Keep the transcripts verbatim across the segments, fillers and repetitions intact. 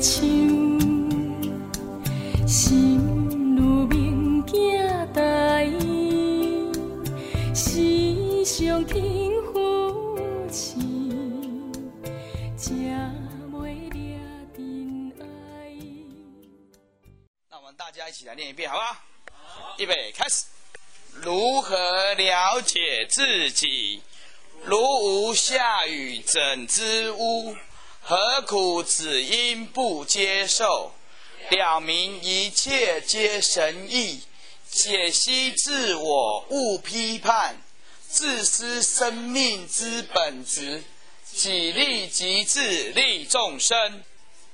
唱，心如明镜台，时常听父亲，才袂掠真爱。 那我们大家一起来念一遍，好不好？好，预备，开始。如何了解自己？如无下雨怎知乌？何苦只因不接受？了明一切皆神意，解析自我勿批判，自私生命之本质，己利己智利众生。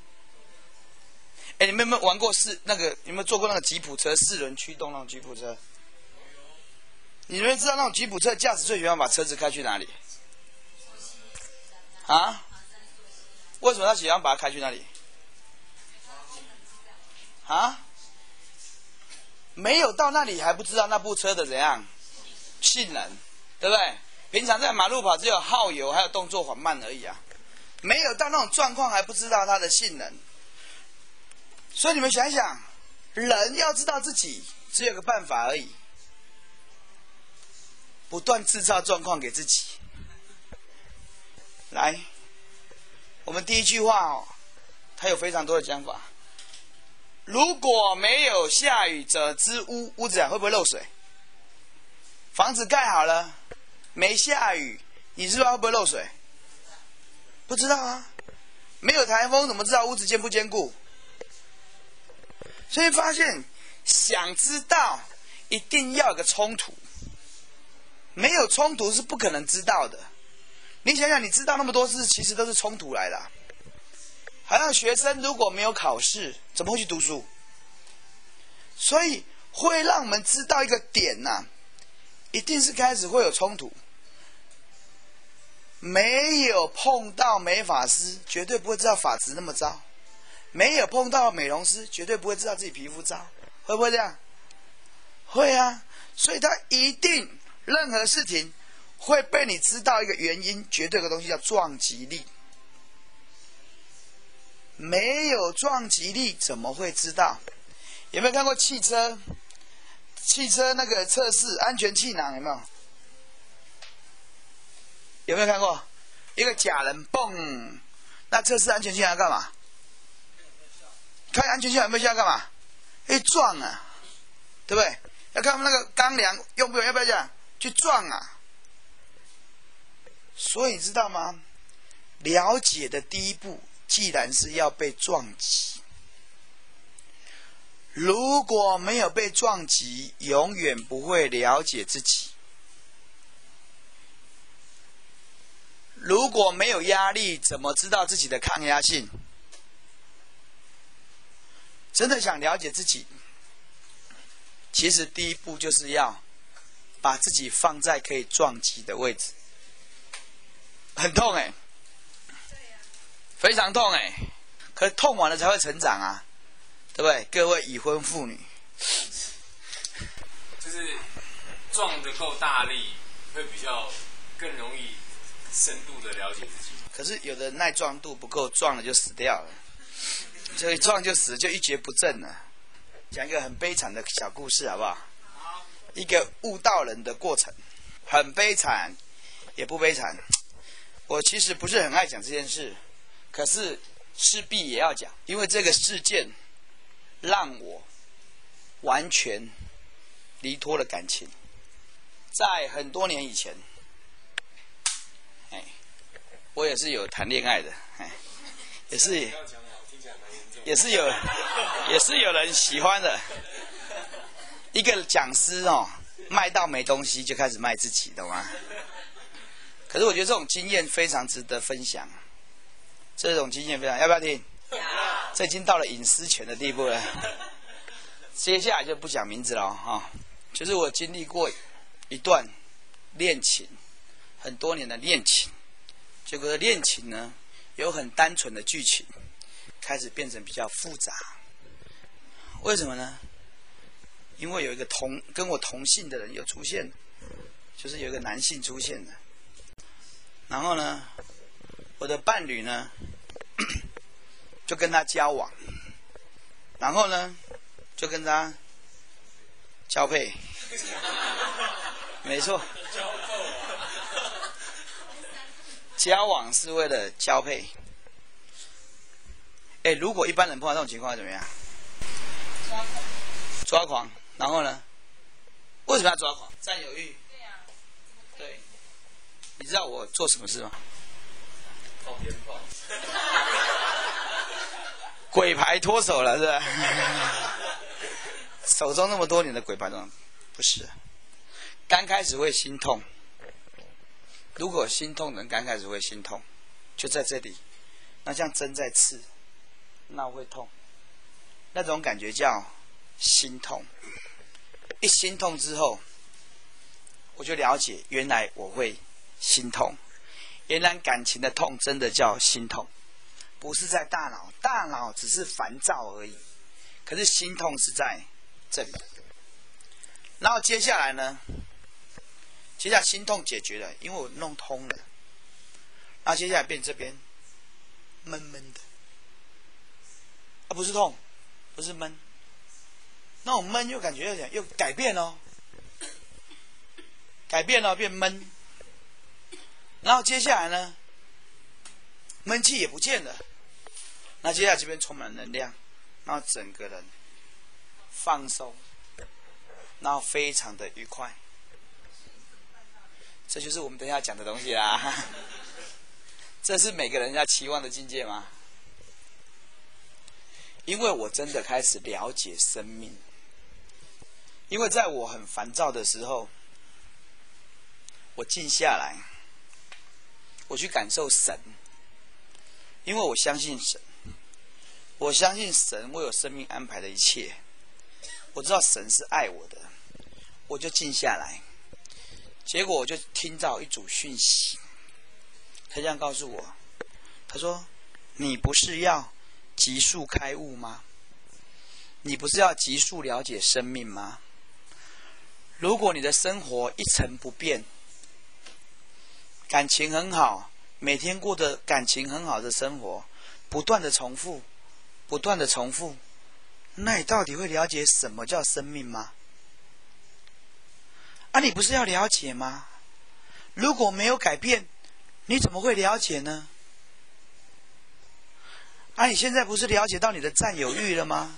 哎，你们有没有玩过四那个？有没有坐过那个吉普车四轮驱动那种吉普车？你们知道那种吉普车驾驶最喜欢把车子开去哪里？啊？为什么他喜欢把它开去哪里？啊？没有到那里还不知道那部车的怎样性能，对不对？平常在马路跑只有耗油，还有动作缓慢而已啊，没有到那种状况还不知道它的性能。所以你们想一想，人要知道自己只有个办法而已，不断制造状况给自己。来，我们第一句话哦，它有非常多的讲法。如果没有下雨者之屋，屋子啊会不会漏水？房子盖好了，没下雨，你知道会不会漏水？不知道啊。没有台风，怎么知道屋子坚不坚固？所以发现，想知道一定要有个冲突，没有冲突是不可能知道的。你想想，你知道那么多事，其实都是冲突来的啊。好像学生如果没有考试，怎么会去读书？所以会让我们知道一个点呐、啊，一定是开始会有冲突。没有碰到美发师，绝对不会知道发质那么糟；没有碰到美容师，绝对不会知道自己皮肤糟。会不会这样？会啊。所以他一定任何事情会被你知道一个原因，绝对有个东西叫撞击力。没有撞击力怎么会知道？有没有看过汽车？汽车那个测试安全气囊有没有？有没有看过？一个假人蹦，那测试安全气囊干嘛？看安全气囊有没有效干嘛？去撞啊，对不对？要看那个钢梁用不用，要不要这样去撞啊？所以你知道吗？了解的第一步，既然是要被撞击，如果没有被撞击，永远不会了解自己。如果没有压力，怎么知道自己的抗压性？真的想了解自己，其实第一步就是要把自己放在可以撞击的位置。很痛哎、欸，非常痛哎、欸，可是痛完了才会成长啊，对不对？各位已婚妇女， 就是撞得够大力，会比较更容易深度的了解自己。 可是有的耐撞度不够，撞了就死掉了，所以撞就死，就一蹶不振了。讲一个很悲惨的小故事好不好？ 好。 一个悟道人的过程，很悲惨，也不悲惨。我其实不是很爱讲这件事，可是势必也要讲，因为这个事件让我完全离脱了感情。在很多年以前，哎，我也是有谈恋爱的，哎，也是也是有也是有人喜欢的。一个讲师哦，卖到没东西就开始卖自己，懂吗？可是我觉得这种经验非常值得分享，这种经验非常，要不要听？这已经到了隐私权的地步了。接下来就不讲名字了哈、哦，就是我经历过一段恋情，很多年的恋情，结果恋情呢有很单纯的剧情，开始变成比较复杂。为什么呢？因为有一个同跟我同性的人有出现，就是有一个男性出现的。然后呢，我的伴侣呢， 就跟他交往，然后呢，就跟他交配。没错，交往是为了交配。哎，如果一般人碰到这种情况怎么样？ 抓狂。 抓狂，然后呢？为什么要抓狂？占有欲。 对啊。 对。你知道我做什么事吗？ 放鞭炮。 鬼牌脱手了，是吧？手中那么多年的鬼牌中，不是。刚开始会心痛，如果心痛人刚开始会心痛，就在这里，那像针在刺，那会痛，那种感觉叫心痛。一心痛之后，我就了解，原来我会心痛，原来感情的痛真的叫心痛，不是在大脑，大脑只是烦躁而已，可是心痛是在这里。然后接下来呢？接下来心痛解决了，因为我弄通了。然后接下来变这边闷闷的，啊，不是痛，不是闷，那种闷又感觉又又改变哦，改变了变闷。然后接下来呢，闷气也不见了。那接下来这边充满能量，然后整个人放松，然后非常的愉快。这就是我们等一下讲的东西啦。这是每个人要期望的境界吗？因为我真的开始了解生命。因为在我很烦躁的时候，我静下来，我去感受神。因为我相信神，我相信神为我生命安排的一切。我知道神是爱我的，我就静下来。结果我就听到一组讯息，他这样告诉我，他说：“你不是要急速开悟吗？你不是要急速了解生命吗？如果你的生活一成不变，感情很好，每天过得感情很好的生活，不断的重复，不断的重复，那你到底会了解什么叫生命吗？啊，你不是要了解吗？如果没有改变，你怎么会了解呢？啊，你现在不是了解到你的占有欲了吗？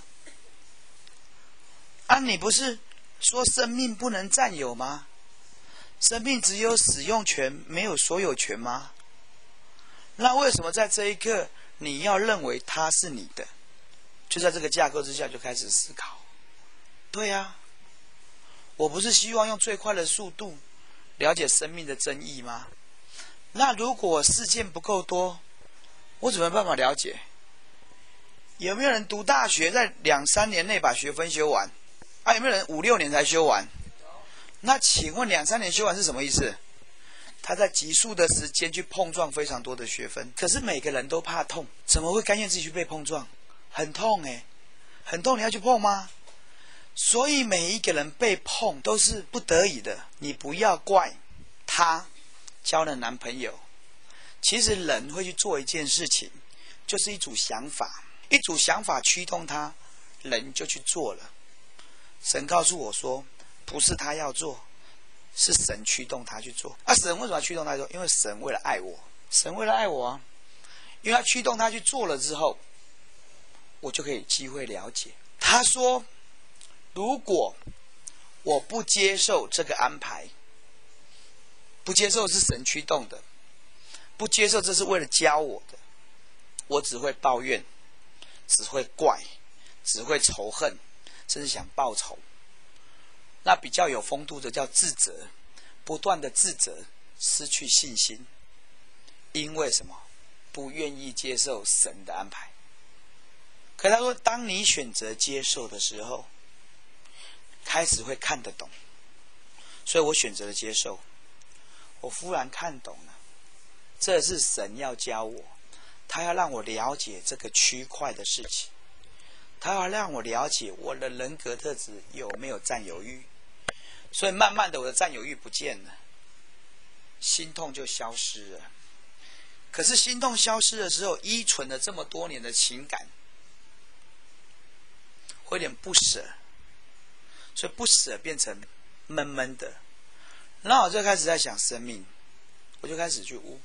啊，你不是说生命不能占有吗？生命只有使用权，没有所有权吗？那为什么在这一刻你要认为它是你的？就在这个架构之下就开始思考。对啊，我不是希望用最快的速度了解生命的真意吗？那如果事件不够多，我怎么办法了解？有没有人读大学在两三年内把学分修完？啊，有没有人五六年才修完？那请问两三年修完是什么意思？他在急速的时间去碰撞非常多的学分，可是每个人都怕痛，怎么会甘愿自己去被碰撞？很痛欸，很痛，你要去碰吗？所以每一个人被碰都是不得已的，你不要怪他交了男朋友。其实人会去做一件事情，就是一组想法，一组想法驱动他，人就去做了。神告诉我说，不是他要做，是神驱动他去做。啊，神为什么要驱动他去做？因为神为了爱我，神为了爱我啊，因为他驱动他去做了之后，我就可以机会了解。他说，如果我不接受这个安排，不接受是神驱动的，不接受这是为了教我的，我只会抱怨，只会怪，只会仇恨，甚至想报仇。那比较有风度的叫自责，不断的自责，失去信心。因为什么？不愿意接受神的安排。可他说，当你选择接受的时候，开始会看得懂。所以我选择了接受。我忽然看懂了，这是神要教我，他要让我了解这个区块的事情，他要让我了解我的人格特质有没有占有欲。所以慢慢的我的占有欲不见了，心痛就消失了。 可是心痛消失的时候，依存了这么多年的情感，会有点不舍，所以不舍变成闷闷的。然后我就开始在想生命，我就开始去悟，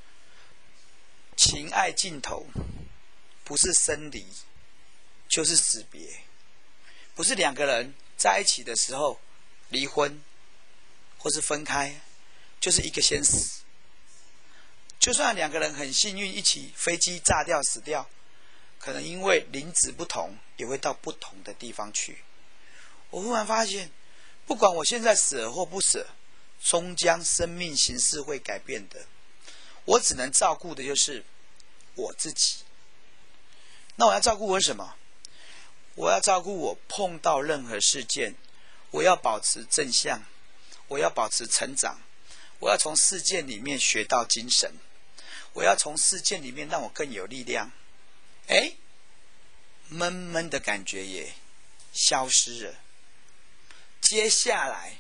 情爱尽头，不是生离，就是死别，不是两个人在一起的时候离婚，或是分开，就是一个先死。就算两个人很幸运一起飞机炸掉死掉，可能因为林子不同，也会到不同的地方去。我忽然发现，不管我现在舍或不舍，终将生命形式会改变的。我只能照顾的就是我自己。那我要照顾我什么？我要照顾我碰到任何事件，我要保持正向，我要保持成长，我要从事件里面学到精神，我要从事件里面让我更有力量。哎，闷闷的感觉也消失了。接下来，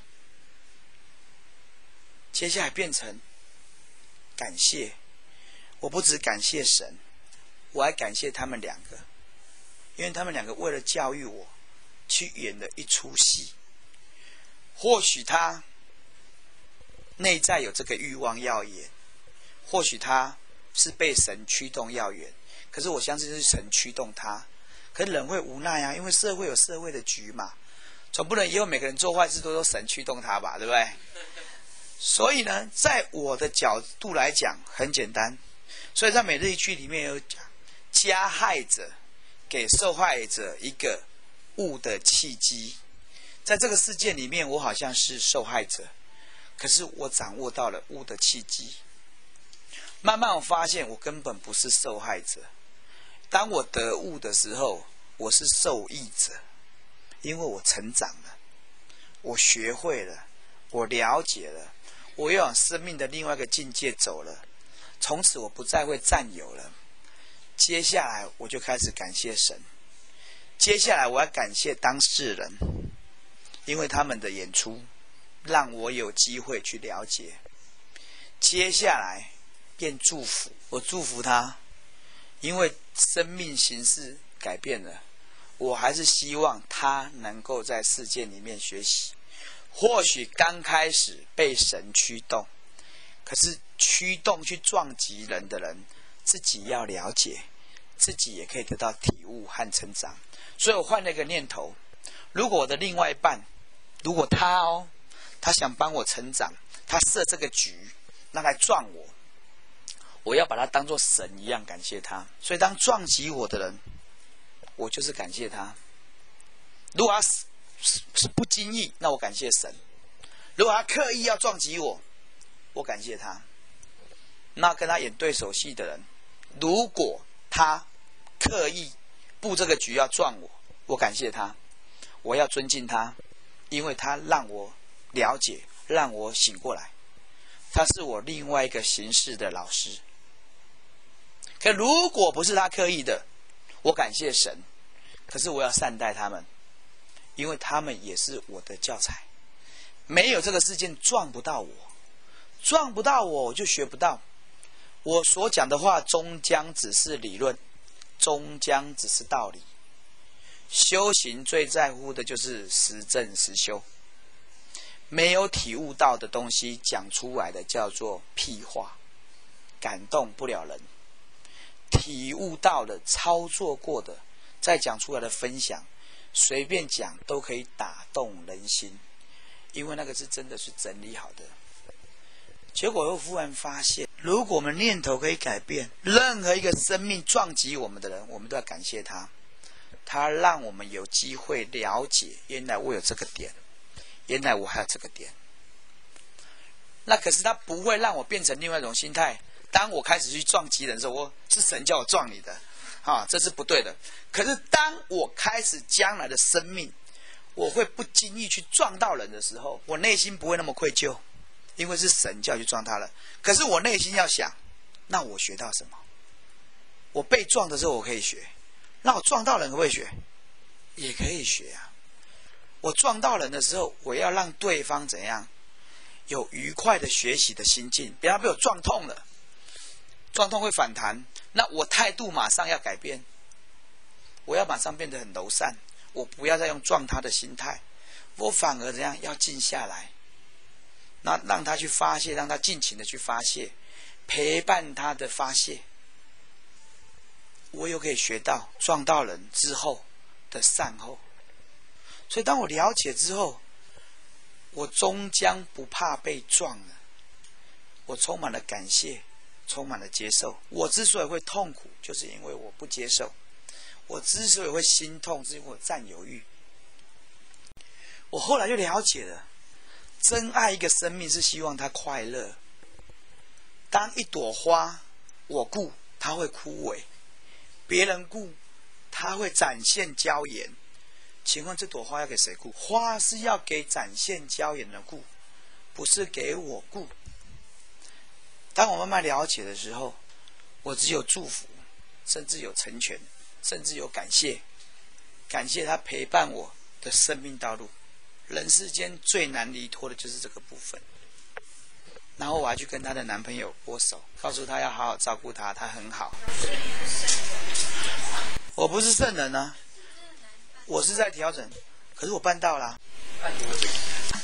接下来变成感谢。我不只感谢神，我还感谢他们两个，因为他们两个为了教育我，去演了一出戏。或许他内在有这个欲望要演，或许他是被神驱动要演，可是我相信是神驱动他。可是人会无奈啊，因为社会有社会的局嘛，总不能以后每个人做坏事都说神驱动他吧，对不对？所以呢，在我的角度来讲，很简单。所以在每日一句里面有讲，加害者给受害者一个悟的契机。在这个事件里面，我好像是受害者，可是我掌握到了悟的契机。慢慢我发现我根本不是受害者，当我得悟的时候，我是受益者，因为我成长了，我学会了，我了解了，我要往生命的另外一个境界走了。从此我不再会占有了。接下来我就开始感谢神，接下来我要感谢当事人，因为他们的演出让我有机会去了解。接下来便祝福，我祝福他，因为生命形式改变了，我还是希望他能够在事件里面学习。或许刚开始被神驱动，可是驱动去撞击人的人，自己要了解，自己也可以得到体悟和成长。所以我换了一个念头，如果我的另外一半，如果他哦，他想帮我成长，他设这个局，那来撞我，我要把他当作神一样感谢他。所以当撞击我的人，我就是感谢他。如果他是是不经意，那我感谢神；如果他刻意要撞击我，我感谢他。那跟他演对手戏的人，如果他刻意布这个局要撞我，我感谢他，我要尊敬他，因为他让我了解，让我醒过来，他是我另外一个形式的老师。可如果不是他刻意的，我感谢神，可是我要善待他们，因为他们也是我的教材。没有这个事件撞不到我，撞不到我，我就学不到。我所讲的话终将只是理论，终将只是道理。修行最在乎的就是实证实修，没有体悟到的东西讲出来的叫做屁话，感动不了人。体悟到的、操作过的，再讲出来的分享，随便讲都可以打动人心，因为那个是真的是整理好的。结果又忽然发现，如果我们念头可以改变，任何一个生命撞击我们的人，我们都要感谢他，他让我们有机会了解，原来我有这个点，原来我还有这个点。那可是他不会让我变成另外一种心态，当我开始去撞击人的时候，我是神叫我撞你的啊，这是不对的。可是当我开始将来的生命，我会不经意去撞到人的时候，我内心不会那么愧疚，因为是神叫去撞他了。可是我内心要想，那我学到什么？我被撞的时候我可以学，那我撞到人可不可以学？也可以学啊。我撞到人的时候，我要让对方怎样有愉快的学习的心境，不要被我撞痛了。 状况会反弹，那我态度马上要改变，我要马上变得很柔善，我不要再用撞他的心态，我反而怎样要静下来，那让他去发泄，让他尽情的去发泄，陪伴他的发泄。我又可以学到撞到人之后的善后。所以当我了解之后，我终将不怕被撞了，我充满了感谢，充满了接受。我之所以会痛苦，就是因为我不接受；我之所以会心痛，是因为我占有欲。我后来就了解了，真爱一个生命是希望他快乐。当一朵花我顾它会枯萎，别人顾它会展现娇艳，请问这朵花要给谁顾？花是要给展现娇艳的顾，不是给我顾。当我慢慢了解的时候，我只有祝福，甚至有成全，甚至有感谢，感谢他陪伴我的生命道路。人世间最难离脱的就是这个部分。然后我还去跟她的男朋友握手，告诉他要好好照顾他，他很好。我不是圣人啊，我是在调整，可是我办到了。 办多久？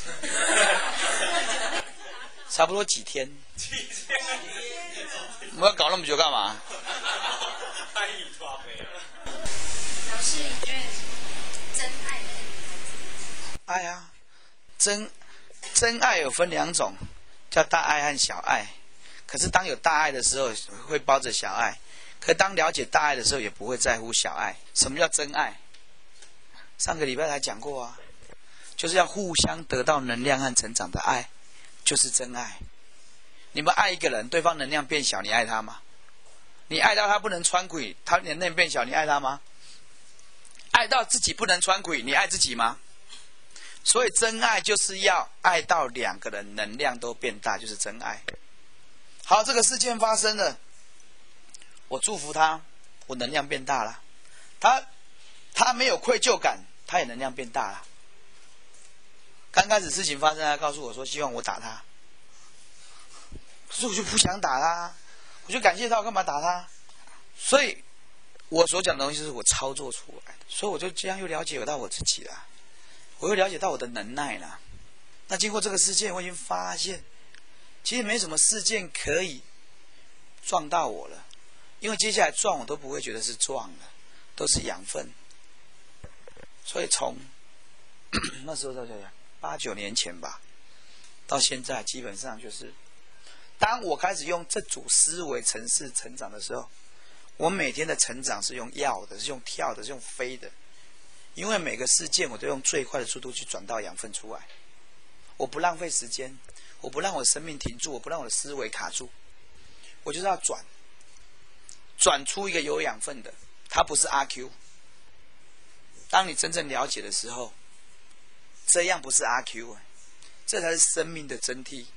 差不多几天。 几天？ 我们要搞那么久干嘛？ 太易抓背了。 老师，你觉得真爱的爱啊，真真爱有分两种，叫大爱和小爱。可是当有大爱的时候，会包着小爱；可当了解大爱的时候，也不会在乎小爱。什么叫真爱？上个礼拜才讲过啊，就是要互相得到能量和成长的爱，就是真爱。你们爱一个人，对方能量变小，你爱他吗？你爱到他不能穿轨，他能量变小，你爱他吗？爱到自己不能穿轨，你爱自己吗？所以真爱就是要爱到两个人能量都变大，就是真爱。好，这个事件发生了，我祝福他，我能量变大了。他他没有愧疚感，他也能量变大了。刚开始事情发生，他告诉我说希望我打他，可是我就不想打他，我就感谢他，我干嘛打他？所以我所讲的东西是我操作出来的，所以我就这样又了解到我自己了，我又了解到我的能耐了。那经过这个事件，我已经发现其实没什么事件可以撞到我了，因为接下来撞我都不会觉得是撞了，都是养分。所以从那时候到现在八九年前吧，到现在基本上就是，当我开始用这组思维程式成长的时候，我每天的成长是用要的，是用跳的，是用飞的，因为每个事件我都用最快的速度去转到养分出来，我不浪费时间，我不让我的生命停住，我不让我的思维卡住，我就是要转，转出一个有养分的，它不是阿 Q。当你真正了解的时候，这样不是阿 Q， 这才是生命的真谛。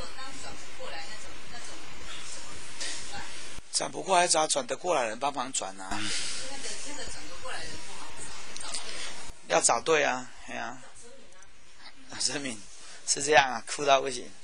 转不过来找转得过来的人帮忙转啊。 那个那个转得过来的人不好找， 要找对啊，哎呀、啊，生命是这样啊，哭到不行。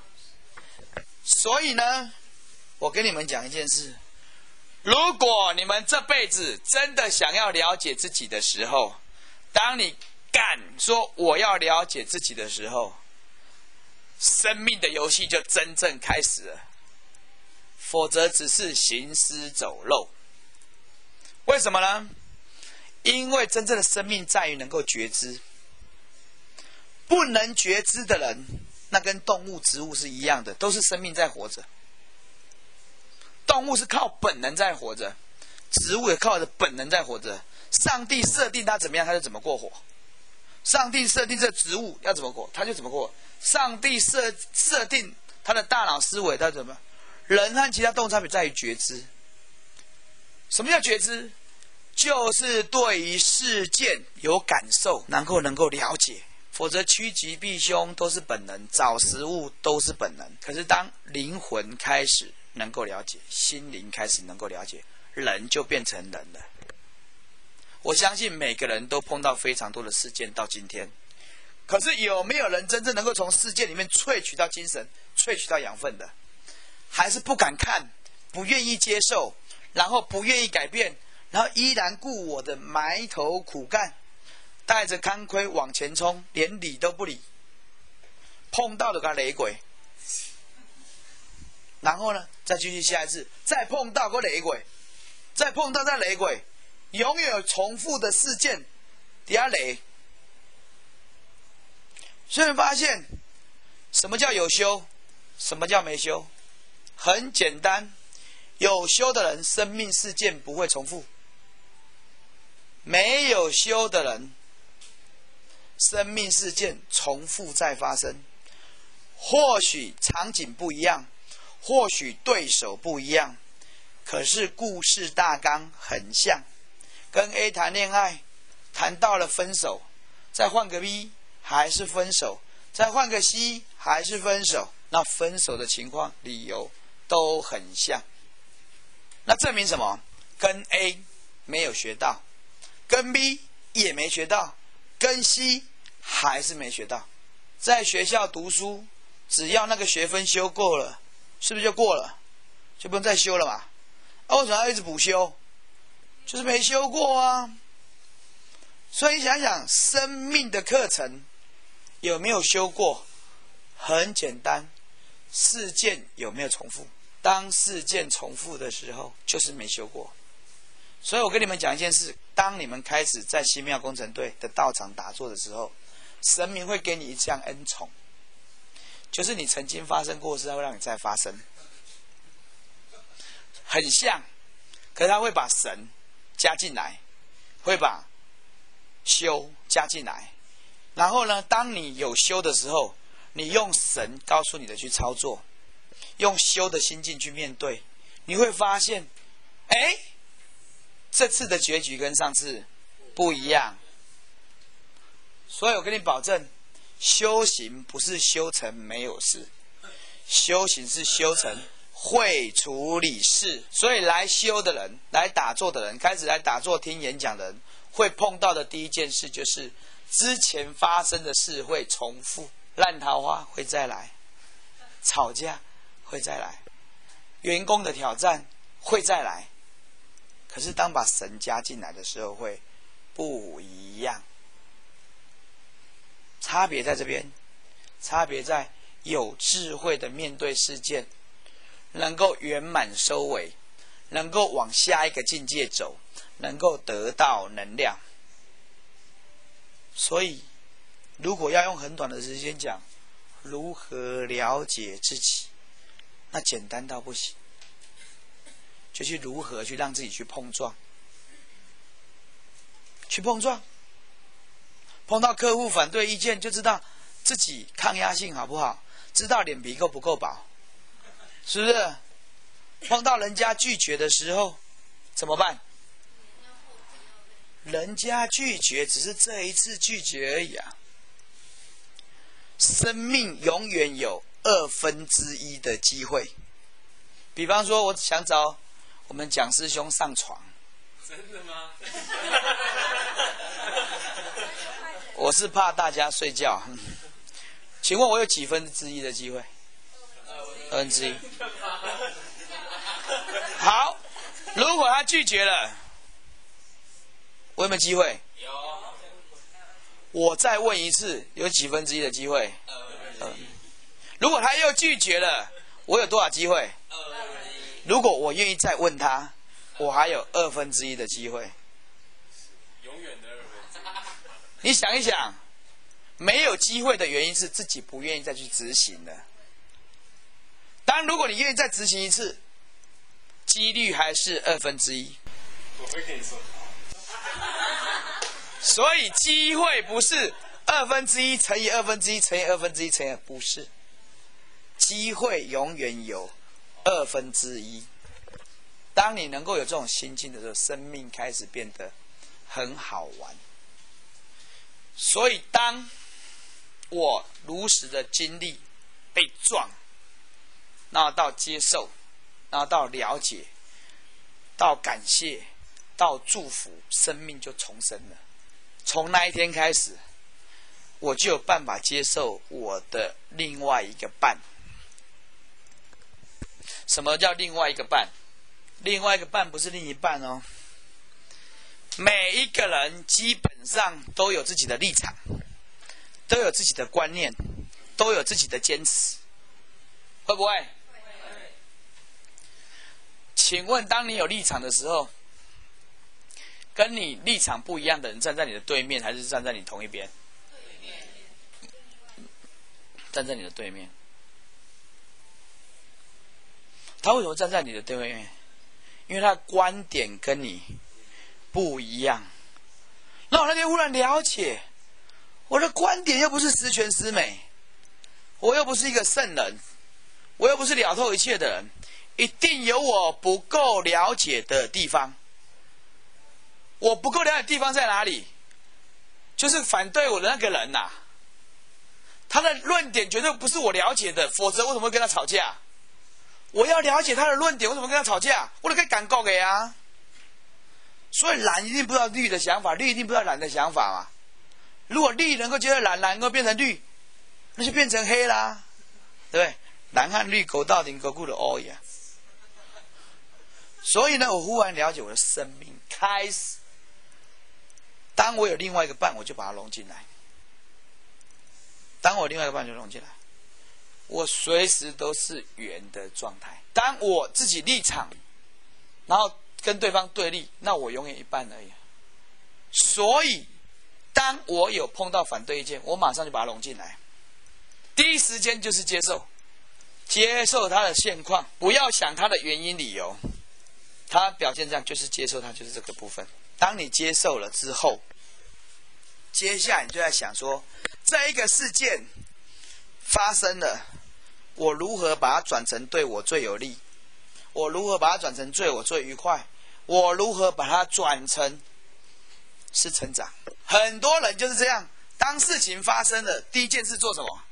所以呢，我跟你们讲一件事：如果你们这辈子真的想要了解自己的时候，当你敢说我要了解自己的时候，生命的游戏就真正开始了。否则只是行尸走肉。为什么呢？因为真正的生命在于能够觉知。不能觉知的人，那跟动物、植物是一样的，都是生命在活着。动物是靠本能在活着，植物也靠着本能在活着。上帝设定它怎么样，它就怎么过活。上帝设定这植物要怎么过，它就怎么过。上帝设设定它的大脑思维，它怎么？人和其他动物差别在于觉知。什么叫觉知？就是对于事件有感受，能够能够了解。否则趋吉避凶都是本能，找食物都是本能。可是当灵魂开始能够了解，心灵开始能够了解，人就变成人了。我相信每个人都碰到非常多的事件到今天，可是有没有人真正能够从事件里面萃取到精神，萃取到养分的？还是不敢看， 不愿意接受，然后不愿意改变，然后依然故我的埋头苦干，带着钢盔往前冲，连理都不理，碰到了个雷鬼，然后呢再继续下一次，再碰到个雷鬼，再碰到再雷鬼，永远有重复的事件底下雷。所以发现什么叫有修，什么叫没修？很简单，有修的人生命事件不会重复，没有修的人生命事件重复再发生。或许场景不一样，或许对手不一样，可是故事大纲很像。跟 A 谈恋爱，谈到了分手，再换个 B 还是分手，再换个 C 还是分手，那分手的情况理由都很像。那证明什么？跟 A 没有学到，跟 B 也没学到，跟 C 还是没学到。在学校读书，只要那个学分修过了，是不是就过了？就不用再修了嘛？啊，为什么要一直补修？就是没修过啊。所以你想想，生命的课程有没有修过？很简单，事件有没有重复？当事件重复的时候，就是没修过。所以我跟你们讲一件事，当你们开始在新庙工程队的道场打坐的时候，神明会给你一项恩宠，就是你曾经发生过的事，他会让你再发生。很像，可是他会把神加进来，会把修加进来。然后呢，当你有修的时候，你用神告诉你的去操作，用修的心境去面对，你会发现，哎，这次的结局跟上次不一样。所以我跟你保证，修行不是修成没有事，修行是修成会处理事。所以来修的人，来打坐的人，开始来打坐听演讲的人，会碰到的第一件事就是之前发生的事会重复，烂桃花会再来，吵架会再来，员工的挑战会再来。可是当把神加进来的时候，会不一样。差别在这边，差别在有智慧的面对事件，能够圆满收尾，能够往下一个境界走，能够得到能量。所以如果要用很短的时间讲如何了解自己，那简单到不行，就去如何去让自己去碰撞，去碰撞。碰到客户反对意见，就知道自己抗压性好不好，知道脸皮够不够薄，是不是？碰到人家拒绝的时候怎么办？人家拒绝只是这一次拒绝而已啊。生命永远有二分之一的机会。比方说，我想找我们蒋师兄上床。 真的吗？ 我是怕大家睡觉。请问我有几分之一的机会？二分之一。好，如果他拒绝了，我有没有机会？ 有。 我再问一次，有几分之一的机会？二。如果他又拒绝了，我有多少机会？二。如果我愿意再问他，我还有二分之一的机会。 永远的二分之一。 你想一想，没有机会的原因是自己不愿意再去执行了。当如果你愿意再执行一次，几率还是二分之一。 我会跟你说。 所以机会不是二分之一乘以二分之一乘以二分之一乘以二，不是。机会永远有二分之一。当你能够有这种心境的时候，生命开始变得很好玩。所以当我如实的经历被撞，然后到接受，然后到了解，到感谢，到祝福，生命就重生了。从那一天开始，我就有办法接受我的另外一个伴。 什么叫另外一个半？另外一个半不是另一半哦。每一个人基本上都有自己的立场，都有自己的观念，都有自己的坚持，会不会？会。请问，当你有立场的时候，跟你立场不一样的人站在你的对面，还是站在你同一边？对面。站在你的对面。他为什么站在你的对面？因为他的观点跟你不一样。那我那天忽然了解，我的观点又不是十全十美，我又不是一个圣人，我又不是了透一切的人，一定有我不够了解的地方。我不够了解的地方在哪里？就是反对我的那个人呐、啊，他的论点绝对不是我了解的，否则我怎么会跟他吵架？我要了解他的论点，我怎么跟他吵架？我都可以赶告给啊。所以蓝一定不知道绿的想法，绿一定不知道蓝的想法嘛。如果绿能够接受蓝，蓝能够变成绿，那就变成黑啦，对不对？蓝和绿勾到顶，勾固的哦呀。所以呢，我忽然了解我的生命开始。当我有另外一个伴，我就把它融进来。当我有另外一个伴就融进来。我随时都是圆的状态。当我自己立场，然后跟对方对立，那我永远一半而已。所以，当我有碰到反对意见，我马上就把它融进来。第一时间就是接受，接受他的现况，不要想他的原因理由。他表现这样就是接受，他就是这个部分。当你接受了之后，接下来你就在想说，这一个事件发生了，我如何把它转成对我最有利？我如何把它转成对我最愉快？我如何把它转成是成长？很多人就是这样，当事情发生了，第一件事做什么？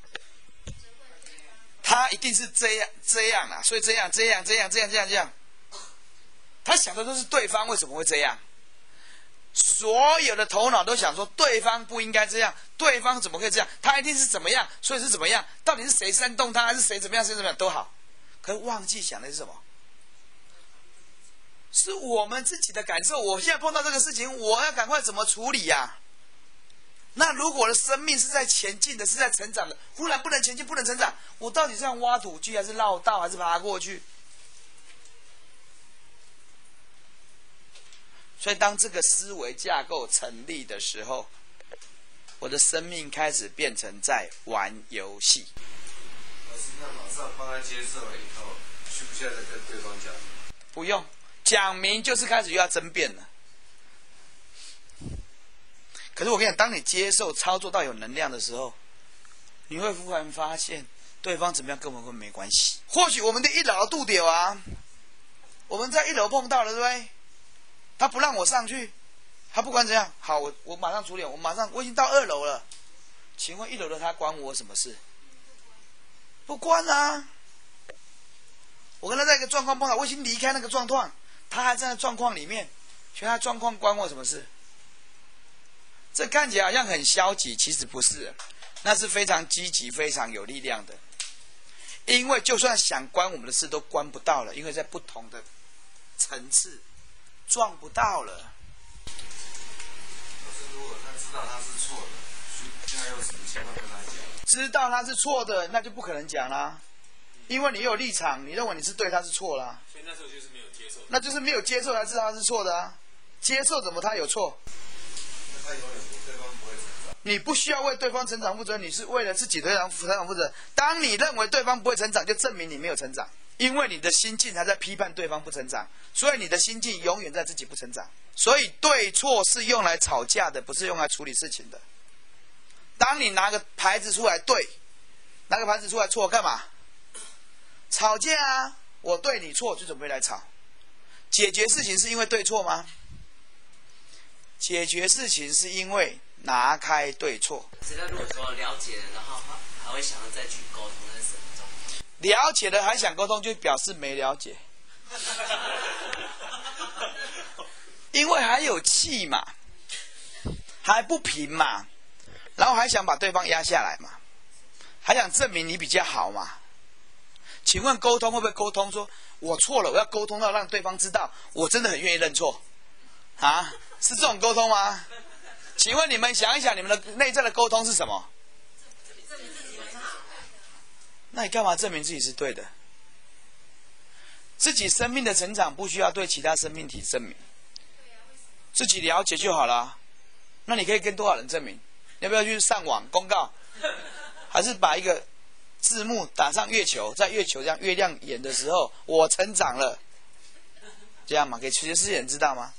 他一定是这样这样啊，所以这样这样这样这样这样这样，他想的都是对方为什么会这样？所有的头脑都想说对方不应该这样，对方怎么可以这样？他一定是怎么样，所以是怎么样？到底是谁煽动他，还是谁怎么样？谁怎么样都好，可是忘记想的是什么？是我们自己的感受。我现在碰到这个事情，我要赶快怎么处理呀、啊？那如果我的生命是在前进的，是在成长的，忽然不能前进，不能成长，我到底是要挖土机，还是绕道，还是爬过去？所以当这个思维架构成立的时候，我的生命开始变成在玩游戏。 老师，那马上帮他接受了以后，需不需要再跟对方讲？ 不用讲明，就是开始又要争辩了。可是我跟你讲，当你接受操作到有能量的时候，你会忽然发现对方怎么样跟我们没关系。或许我们的一楼度丢啊，我们在一楼碰到了，对不对？他不让我上去，他不管怎样，好，我我马上处理，我马上我已经到二楼了。请问一楼的他关我什么事？不关啊！我跟他在一个状况碰到，我已经离开那个状况，他还在那状况里面，所以他状况关我什么事？这看起来好像很消极，其实不是，那是非常积极、非常有力量的。因为就算想关我们的事，都关不到了，因为在不同的层次。撞不到了。 老师，如果他知道他是错的，现在有什么情况跟他讲？ 知道他是错的，那就不可能讲啦，因为你有立场，你认为你是对，他是错啦。 所以那时候就是没有接受。 那就是没有接受才知道他是错的啊。接受怎么他有错？ 那他永远对方不会成长。 你不需要为对方成长负责，你是为了自己的成长负责。当你认为对方不会成长，就证明你没有成长。因为你的心境还在批判对方不成长，所以你的心境永远在自己不成长。所以对错是用来吵架的，不是用来处理事情的。当你拿个牌子出来对，拿个牌子出来错干嘛？吵架啊！我对你错，就准备来吵。解决事情是因为对错吗？解决事情是因为拿开对错。 这个如果说了解了，然后还会想要再去沟通，那是什么状况？ 了解了还想沟通，就表示没了解，因为还有气嘛，还不平嘛，然后还想把对方压下来嘛，还想证明你比较好嘛。 请问沟通会不会沟通说，我错了，我要沟通到让对方知道，我真的很愿意认错，啊，是这种沟通吗？请问你们想一想，你们的内在的沟通是什么？那你干嘛证明自己是对的？自己生命的成长不需要对其他生命体证明，自己了解就好了。那你可以跟多少人证明？要不要去上网公告？还是把一个字幕打上月球，在月球这样月亮眼的时候，我成长了，这样嘛，给全世界人知道吗？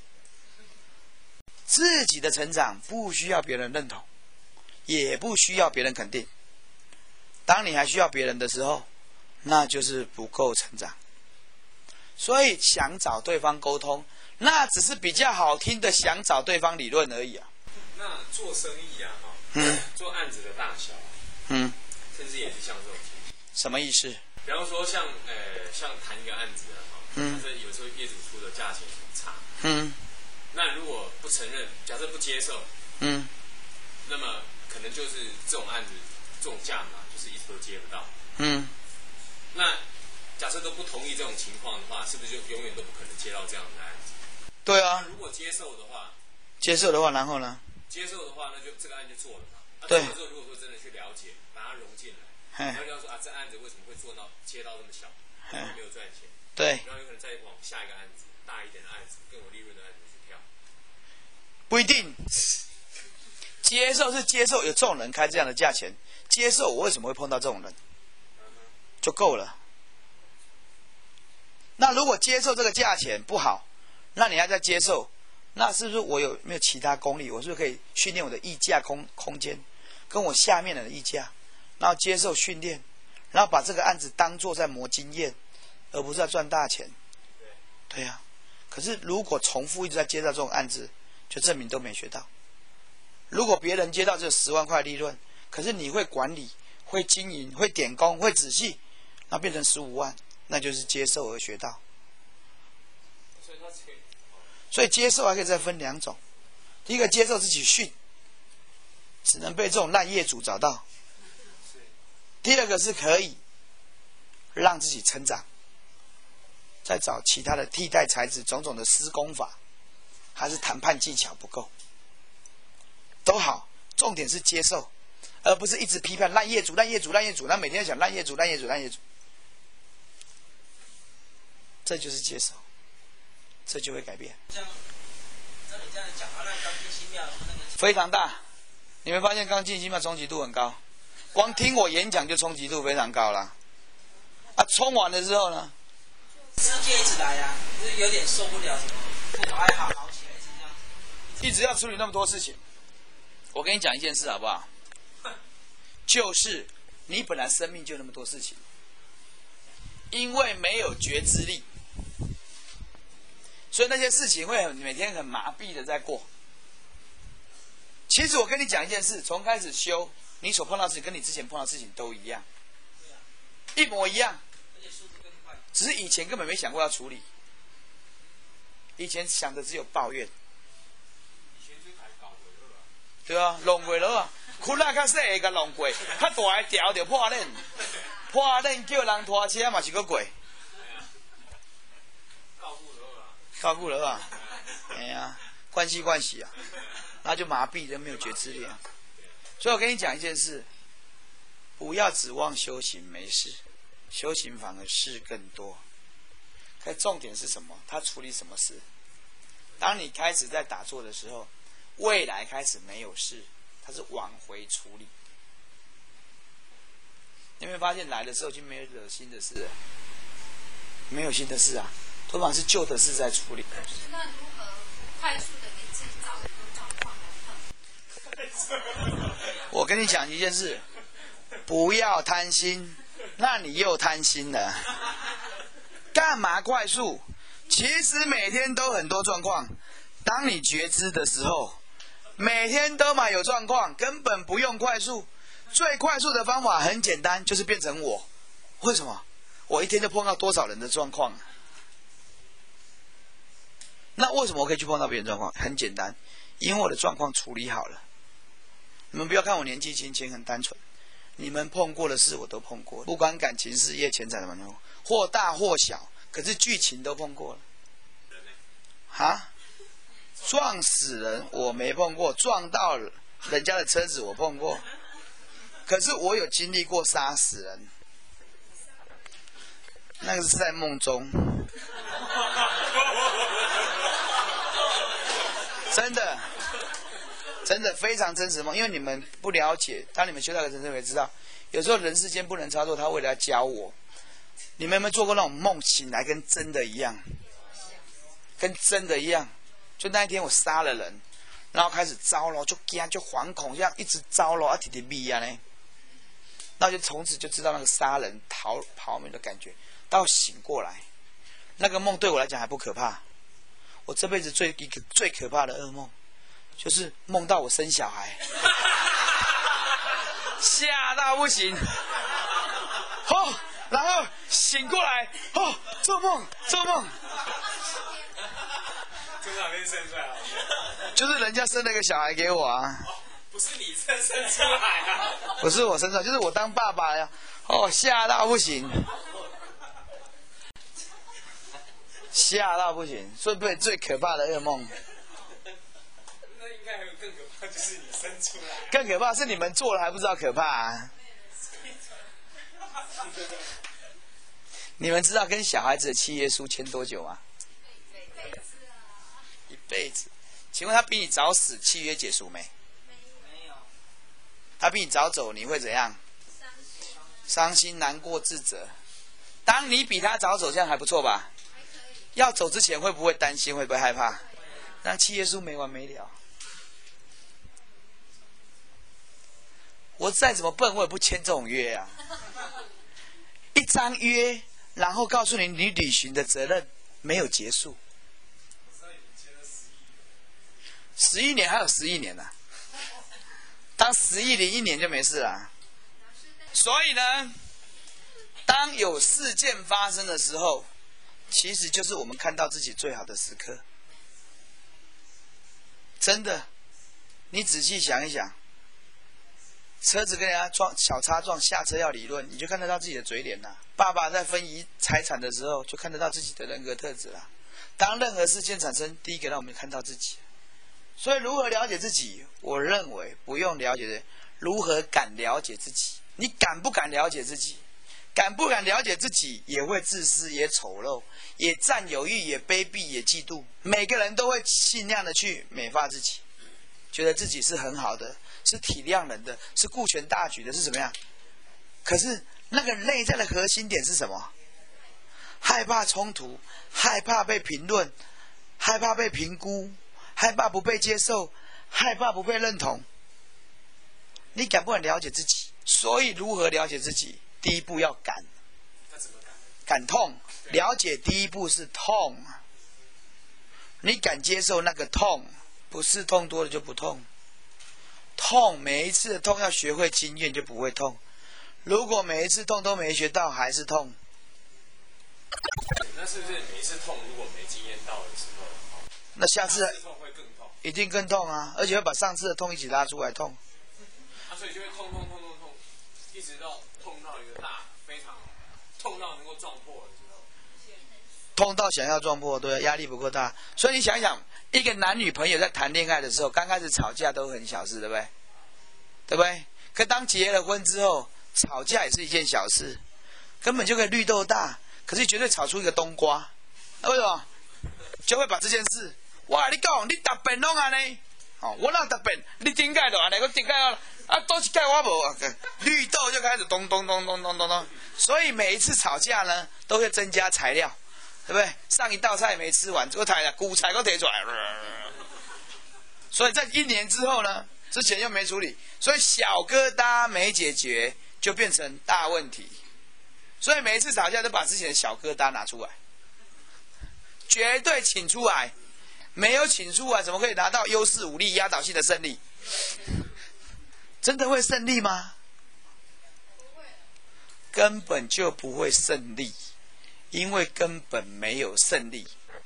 自己的成长不需要别人认同，也不需要别人肯定。当你还需要别人的时候，那就是不够成长。所以想找对方沟通，那只是比较好听的想找对方理论而已啊。 那做生意啊， 嗯， 做案子的大小， 嗯， 甚至也是像这种情形。 什么意思？ 比方说像呃像谈一个案子啊， 嗯， 但是有时候业主出的价钱很差， 嗯， 那如果不承认，假设不接受， 嗯， 那么可能就是这种案子这种价码就是一直都接不到， 嗯， 那假设都不同意这种情况的话，是不是就永远都不可能接到这样的案子？ 对啊。 如果接受的话， 接受的话，然后呢？ 接受的话，那就这个案就做了嘛。啊、 对。 做了之后，如果说真的去了解，把它融进来，然后就要说啊，这案子为什么会做到切到这么小，没有赚钱？ 对。 然后有可能再往下一个案子，大一点的案子，更有利润的案子去跳。 不一定。接受是接受，有这种人开这样的价钱，接受我为什么会碰到这种人，就够了。那如果接受这个价钱不好，那你还在接受，那是不是我有没有其他功力？我是不是可以训练我的议价空空间，跟我下面的人议价，然后接受训练，然后把这个案子当作在磨经验，而不是在赚大钱。对呀、啊。可是如果重复一直在接到这种案子，就证明都没学到。如果别人接到这十万块利润，可是你会管理、会经营、会点工、会仔细，那变成十五万，那就是接受而学到。所以接受还可以再分两种，第一个接受自己训，只能被这种烂业主找到；第二个是可以让自己成长，再找其他的替代材质、种种的施工法，还是谈判技巧不够，都好，重点是接受，而不是一直批判烂业主、烂业主、烂业主，那每天想烂业主、烂业主、烂业主，这就是接受，这就会改变。非常大，你们发现刚进心庙冲击度很高，光听我演讲就冲击度非常高了。啊，冲完了之后呢？ 世界一直来啊，就是有点受不了什么，不还好好起来，是这样子。 一直要处理那么多事情，我跟你讲一件事好不好？就是你本来生命就那么多事情，因为没有觉知力，所以那些事情会很每天很麻痹的在过。其实我跟你讲一件事，从开始修，你所碰到的事情跟你之前碰到的事情都一样，一模一样，只是以前根本没想过要处理，以前想的只有抱怨。对啊，弄过了啊，窟窿较细个甲弄过，较大个条就破链，破链叫人拖车嘛是个过。照顾了啊，哎呀，关系关系啊，那就麻痹人没有觉知力啊。所以我跟你讲一件事，不要指望修行没事，修行反而事更多。可重点是什么？他处理什么事？当你开始在打坐的时候，未来开始没有事，他是往回处理。你有没有发现来的时候就没有惹新的事了？没有新的事啊，通常是旧的事在处理。 那如何快速的给自己找一个状况来碰？ 我跟你讲一件事，不要贪心，那你又贪心了。干嘛快速？其实每天都很多状况，当你觉知的时候，每天都嘛有状况，根本不用快速。最快速的方法很简单，就是变成我。为什么？我一天就碰到多少人的状况？那为什么我可以去碰到别人状况？很简单，因为我的状况处理好了。你们不要看我年纪轻轻很单纯， 你们碰过的事我都碰过，不管感情、事业、钱财什么，或大或小，可是剧情都碰过了。哈？撞死人我没碰过，撞到人家的车子我碰过，可是我有经历过杀死人，那个是在梦中。真的，真的非常真实梦，因为你们不了解，当你们修到个真正会知道，有时候人世间不能操作，他为了要教我。你们有没有做过那种梦醒来跟真的一样，跟真的一样？就那一天我杀了人，然后开始招了，就惊就惶恐，这样一直招了，啊提提逼啊呢，那就从此就知道那个杀人逃跑命的感觉。到醒过来，那个梦对我来讲还不可怕。我这辈子最一个最可怕的噩梦，就是梦到我生小孩，吓到不行。哦，然后醒过来，哦，做梦做梦。 从哪边生出来啊？ 就是人家生了一个小孩给我啊。 哦、不是你生生出来啊？ 不是我生出来，就是我当爸爸呀。哦，吓到不行。吓到不行，所以不是最可怕的噩梦。 那应该还有更可怕，就是你生出来。 更可怕是你们做了还不知道可怕啊！你们知道跟小孩子的契约书签多久吗？一辈子。请问他比你早死，契约解除没？ 没有。 他比你早走，你会怎样？伤心、难过、自责。当你比他早走，这样还不错吧？要走之前会不会担心？会不会害怕？让契约书没完没了。我再怎么笨，我也不签这种约啊！一张约，然后告诉你你履行的责任没有结束。十一年还有十一年呢、啊，当十亿零一年就没事了。所以呢，当有事件发生的时候，其实就是我们看到自己最好的时刻。真的，你仔细想一想，车子跟人家撞小擦撞，下车要理论，你就看得到自己的嘴脸啦。爸爸在分遗财产的时候，就看得到自己的人格特质啦。当任何事件产生，第一个让我们看到自己。所以如何了解自己，我认为不用了解的，如何敢了解自己？你敢不敢了解自己？敢不敢了解自己，也会自私，也丑陋，也占有欲，也卑鄙，也嫉妒。每个人都会尽量的去美化自己，觉得自己是很好的，是体谅人的，是顾全大局的，是怎么样？可是那个内在的核心点是什么？害怕冲突，害怕被评论，害怕被评估，害怕不被接受，害怕不被认同。你敢不敢了解自己？所以如何了解自己？第一步要敢，敢痛。了解第一步是痛，你敢接受那个痛，不是痛多了就不痛。痛，每一次的痛要学会经验，就不会痛。如果每一次痛都没学到，还是痛。 那是不是每一次痛，如果没经验到的时候， 那下次痛会更痛？ 一定更痛啊！而且会把上次的痛一起拉出来痛。 啊，所以就会痛痛痛痛痛，一直到痛到一个大非常痛到能够撞破的时候， 痛到想要撞破，对，压力不够大。所以你想想，一个男女朋友在谈恋爱的时候，刚开始吵架都很小事，对不对？对不对？可当结了婚之后，吵架也是一件小事，根本就可以绿豆大，可是绝对吵出一个冬瓜。为什么？就会把这件事，我跟你讲，你特别弄安尼，哦，我那特别，你顶盖就安尼，我顶盖啊，啊，多一盖我无，绿豆就开始咚咚咚咚咚咚咚。所以每一次吵架呢，都会增加材料，对不对？上一道菜没吃完，这个台骨菜都提出来，所以在一年之后呢，之前又没处理，所以小疙瘩没解决，就变成大问题。所以每一次吵架都把之前的小疙瘩拿出来，绝对请出来，没有请出来，怎么可以拿到优势武力压倒性的胜利？真的会胜利吗？根本就不会胜利，因为根本没有胜利，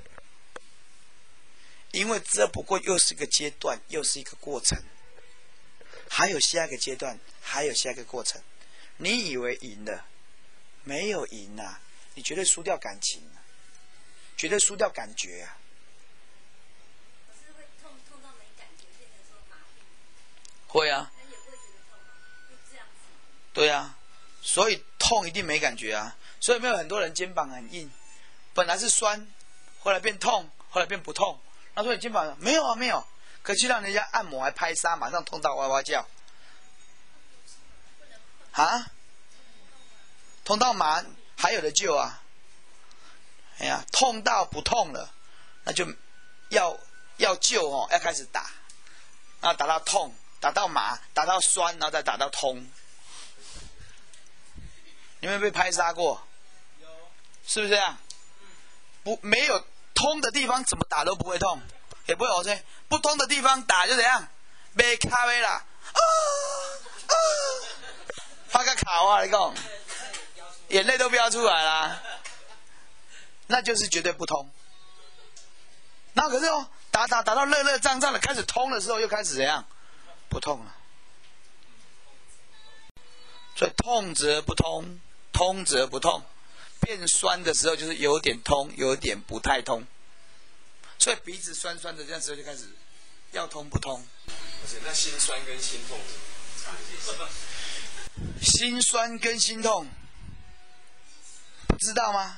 因为这不过又是一个阶段，又是一个过程，还有下一个阶段，还有下一个过程。 你以为赢了，没有赢啊，你绝对输掉感情啊，绝对输掉感觉啊。 是会痛痛到没感觉，变成说麻痹。 会啊。 但也不会觉得痛啊，就这样子。 对啊，所以痛一定没感觉啊。所以没有很多人肩膀很硬，本来是酸，后来变痛，后来变不痛。他说你肩膀没有啊没有，可去让人家按摩还拍痧，马上痛到哇哇叫。啊？痛到麻还有的救啊。哎呀，痛到不痛了，那就要要救哦，要开始打，然后打到痛，打到麻，打到酸，然后再打到通。你们有没有被拍痧过？有，是不是这样？不，没有通的地方怎么打都不会痛，也不会 OK。不通的地方打就怎样？没咖啡啦，啊啊！发个卡啊！你讲，眼泪都飙出来啦，那就是绝对不通。那可是哦，打打打到热热胀胀的，开始通的时候，又开始怎样？不痛了。所以痛则不通，通则不痛。变酸的时候就是有点通，有点不太通。所以鼻子酸酸的，这样时候就开始要通不通。 而且那心酸跟心痛差一些。 心酸跟心痛，不知道吗？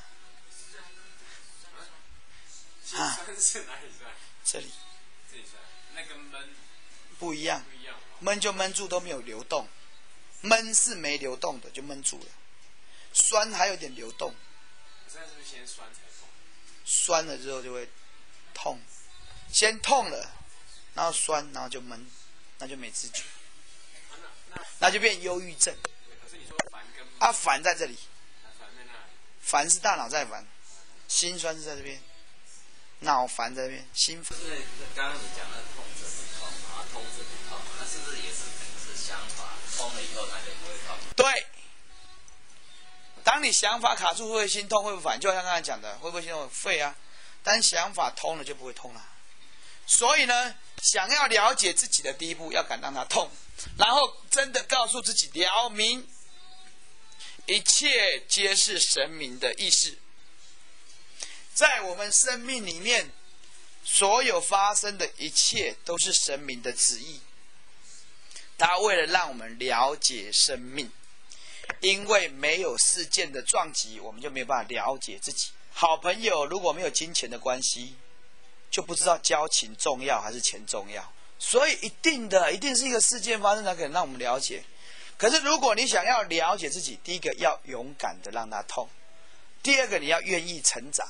心酸是哪里酸？ 这里。 这里酸，那跟闷不一样。 不一样。 闷就闷住，都没有流动。闷是没流动的，就闷住了。酸还有点流动。 现在是不是先酸才痛？ 酸了之后就会痛，先痛了，然后酸，然后就闷，那就没知觉， 啊、那, 那, 那就变忧郁症。 可是你说烦跟啊，烦在这里， 烦在那里， 烦是大脑在烦，心酸是在这边，脑烦在这边，心烦。 就是刚刚你讲的痛则不痛啊，通则不痛，那是不是也是可能是想法通了以后它就不会痛？ 对。当你想法卡住，会心痛，会不会烦？就像刚才讲的，会不会心痛？会啊。但想法通了就不会痛了。所以呢，想要了解自己的第一步，要敢让它痛，然后真的告诉自己，了明一切皆是神明的意识。在我们生命里面，所有发生的一切都是神明的旨意。他为了让我们了解生命。因为没有事件的撞击，我们就没有办法了解自己。好朋友如果没有金钱的关系，就不知道交情重要还是钱重要。所以一定的，一定是一个事件发生才可能让我们了解。可是如果你想要了解自己，第一个要勇敢的让它痛，第二个你要愿意成长。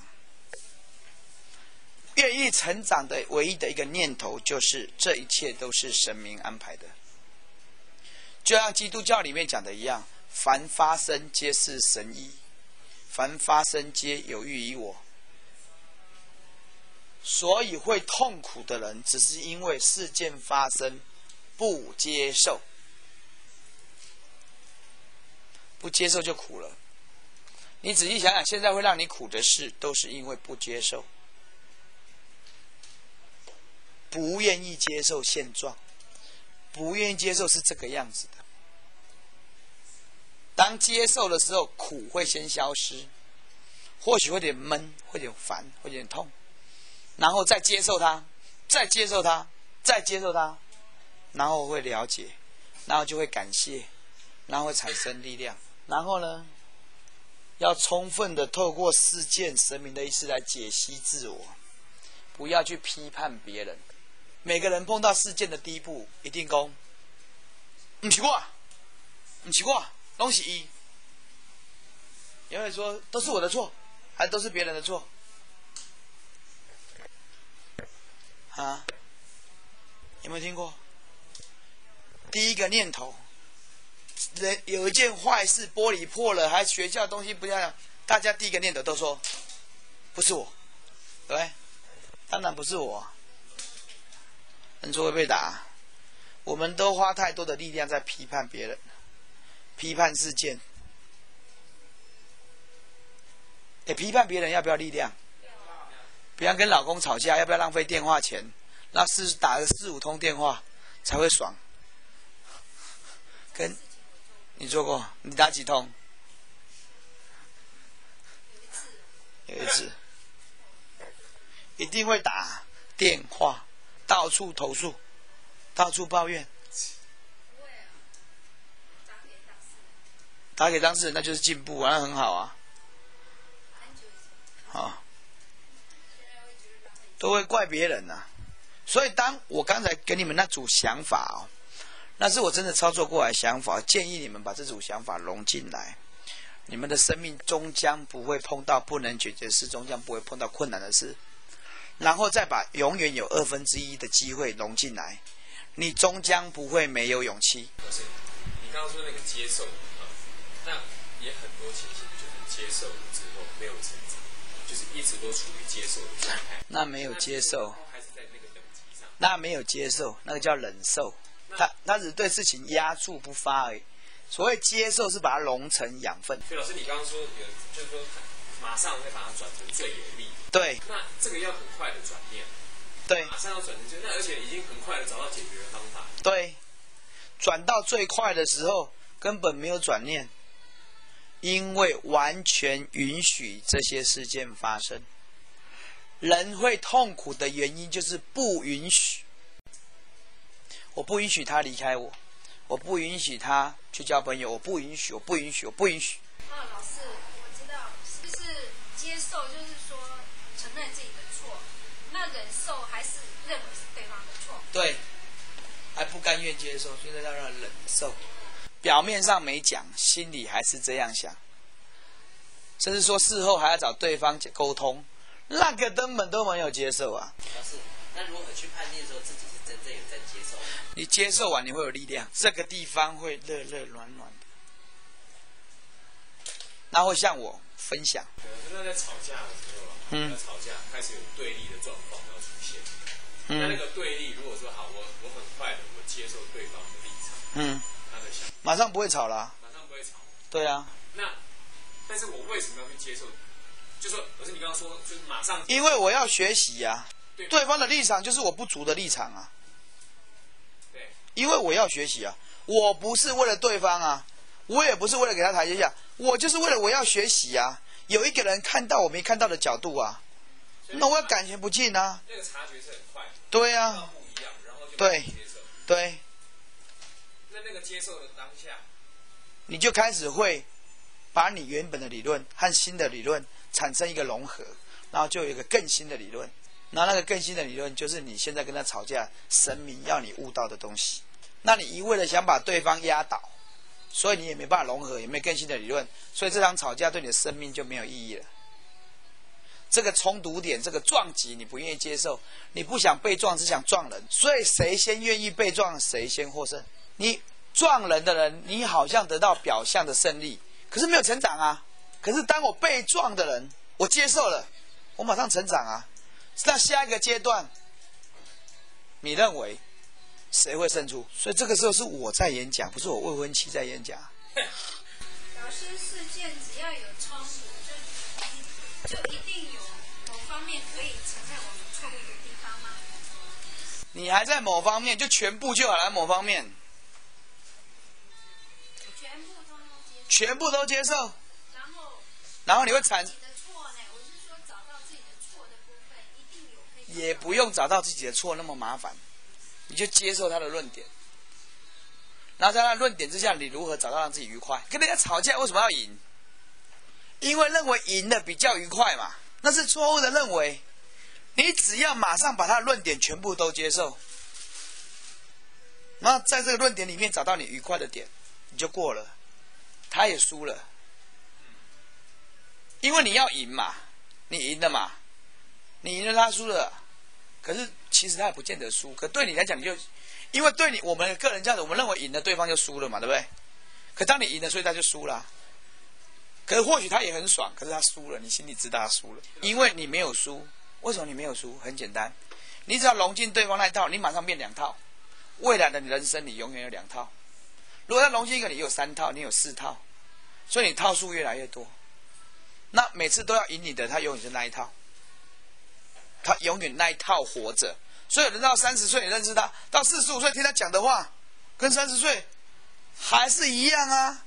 愿意成长的唯一的一个念头就是这一切都是神明安排的。就像基督教里面讲的一样，凡发生皆是神意，凡发生皆有益于我。所以会痛苦的人，只是因为事件发生不接受，不接受就苦了。你仔细想想，现在会让你苦的事，都是因为不接受，不愿意接受现状，不愿意接受是这个样子的。当接受的时候，苦会先消失，或许会有点闷，会有点烦，会有点痛，然后再接受它，再接受它，再接受它，然后会了解，然后就会感谢，然后会产生力量，然后呢，要充分的透过事件神明的意识来解析自我，不要去批判别人。每个人碰到事件的第一步，一定讲，不是我，不是我。都是一，有人说都是我的错，还是都是别人的错？啊？有没有听过？第一个念头，人有一件坏事，玻璃破了，还学校东西不一样，大家第一个念头都说不是我，对不对？当然不是我，人说会被打。我们都花太多的力量在批判别人。批判事件，欸，批判别人要不要力量？不要跟老公吵架，要不要浪费电话钱？那是打了四五通电话才会爽。跟你做过？你打几通？有一次，一定会打电话，到处投诉，到处抱怨。打给当事人，那就是进步啊，那很好啊。好，都会怪别人啊。所以，当我刚才给你们那组想法哦，那是我真的操作过来的想法，建议你们把这组想法融进来。你们的生命终将不会碰到不能解决的事，终将不会碰到困难的事，然后再把永远有二分之一的机会融进来，你终将不会没有勇气。 可是你刚刚说那个接受，那也很多情形就是接受了之后没有成长，就是一直都处于接受的状态。 那没有接受， 还是在那个等级上。 那没有接受，那个叫忍受。他他只是对事情压住不发而已。所谓接受是把它融成养分。 所以老师，你刚刚说有，就是说马上会把它转成最有利。 对。 那这个要很快的转念。 对。 马上要转成最，那而且已经很快的找到解决的方法。 对。转到最快的时候，根本没有转念，因为完全允许这些事件发生。人会痛苦的原因就是不允许。我不允许他离开我。我不允许他去交朋友，我不允许，我不允许，我不允许。 啊，老师，我知道，是不是接受就是说承认自己的错，那忍受还是认为是对方的错？ 对，还不甘愿接受，所以叫让忍受。表面上没讲，心里还是这样想，甚至说事后还要找对方沟通，那个根本都没有接受啊。 老师，那如何去判定说自己是真正有在接受？ 你接受完，你会有力量，这个地方会热热暖暖的，那会向我分享。 那在吵架的时候，嗯，吵架开始有对立的状况要出现。嗯，那那个对立，如果说好，我我很快的我接受对方的立场，嗯，他的想法， 马上不会吵了、啊。 马上不会吵。 对啊。 那，但是我为什么要去接受？就说，可是你刚刚说，就是马上。 因为我要学习啊，对，对方的立场就是我不足的立场啊。因为我要学习啊，我不是为了对方啊，我也不是为了给他台阶下，我就是为了我要学习啊。有一个人看到我没看到的角度啊，那我要感情不尽啊。 那个察觉是很快的。 对啊。 不一样，然后就对接受。 对。 那那个接受的当下， 你就开始会把你原本的理论和新的理论产生一个融合，然后就有一个更新的理论。然后那个更新的理论就是你现在跟他吵架，神明要你悟到的东西。那你一味的想把对方压倒，所以你也没办法融合，也没有更新的理论，所以这场吵架对你的生命就没有意义了。这个冲突点，这个撞击你不愿意接受，你不想被撞，只想撞人，所以谁先愿意被撞，谁先获胜。你撞人的人，你好像得到表象的胜利，可是没有成长啊。可是当我被撞的人，我接受了，我马上成长啊。那下一个阶段，你认为谁会胜出？所以这个时候是我在演讲，不是我未婚妻在演讲。 老师，事件只要有冲突，就就一定有某方面可以承认我们错误的地方吗？ 你还在某方面，就全部就好了，某方面， 全部通通接受， 全部都接受， 然后， 然后你会产。也不用找到自己的错那么麻烦，你就接受他的论点，然后在他的论点之下，你如何找到让自己愉快？跟人家吵架为什么要赢？因为认为赢的比较愉快嘛，那是错误的认为。你只要马上把他的论点全部都接受，然后在这个论点里面找到你愉快的点，你就过了，他也输了，因为你要赢嘛，你赢了嘛，你赢了他输了。可是其实他也不见得输，可对你来讲，你就因为对你我们个人这样子，我们认为赢了对方就输了嘛，对不对？可当你赢了，所以他就输了。可是或许他也很爽，可是他输了，你心里知道他输了，因为你没有输。为什么你没有输？很简单，你只要融进对方那一套，你马上变两套。未来的人生你永远有两套。如果他融进一个，你有三套，你有四套，所以你套数越来越多。那每次都要赢你的，他永远是那一套。他永远那一套活着，所以有人到三十岁你认识他，到四十五岁听他讲的话，跟三十岁还是一样啊。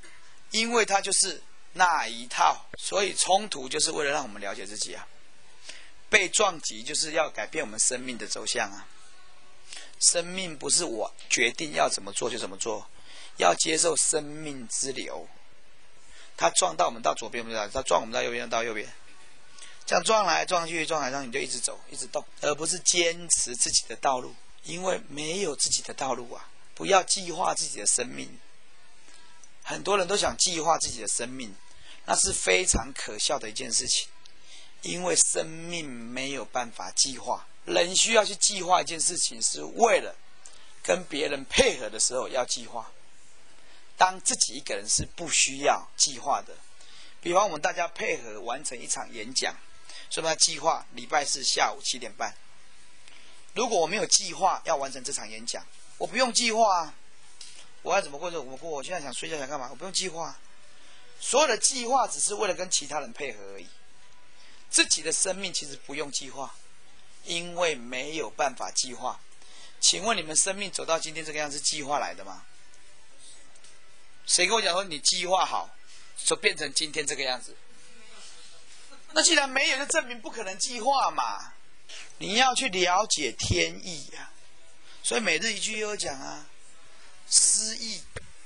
因为它就是那一套，所以冲突就是为了让我们了解自己啊。被撞击就是要改变我们生命的走向啊。生命不是我决定要怎么做就怎么做，要接受生命之流。它撞到我们到左边不知道，它撞我们到右边到右边，这样撞来撞去撞来撞去，你就一直走一直动，而不是坚持自己的道路。因为没有自己的道路啊，不要计划自己的生命。很多人都想计划自己的生命，那是非常可笑的一件事情。因为生命没有办法计划，人需要去计划一件事情，是为了跟别人配合的时候要计划。当自己一个人是不需要计划的。比方我们大家配合完成一场演讲，所以我们要计划礼拜四下午七点半。如果我没有计划要完成这场演讲，我不用计划啊，我要怎么过就怎么过，我现在想睡觉想干嘛，我不用计划。所有的计划只是为了跟其他人配合而已。自己的生命其实不用计划，因为没有办法计划。请问你们生命走到今天这个样子，计划来的吗？谁跟我讲说你计划好就变成今天这个样子？那既然没有，就证明不可能计划嘛。你要去了解天意啊。所以每日一句也有讲啊，诗意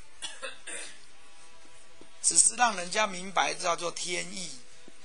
只是让人家明白叫做天意。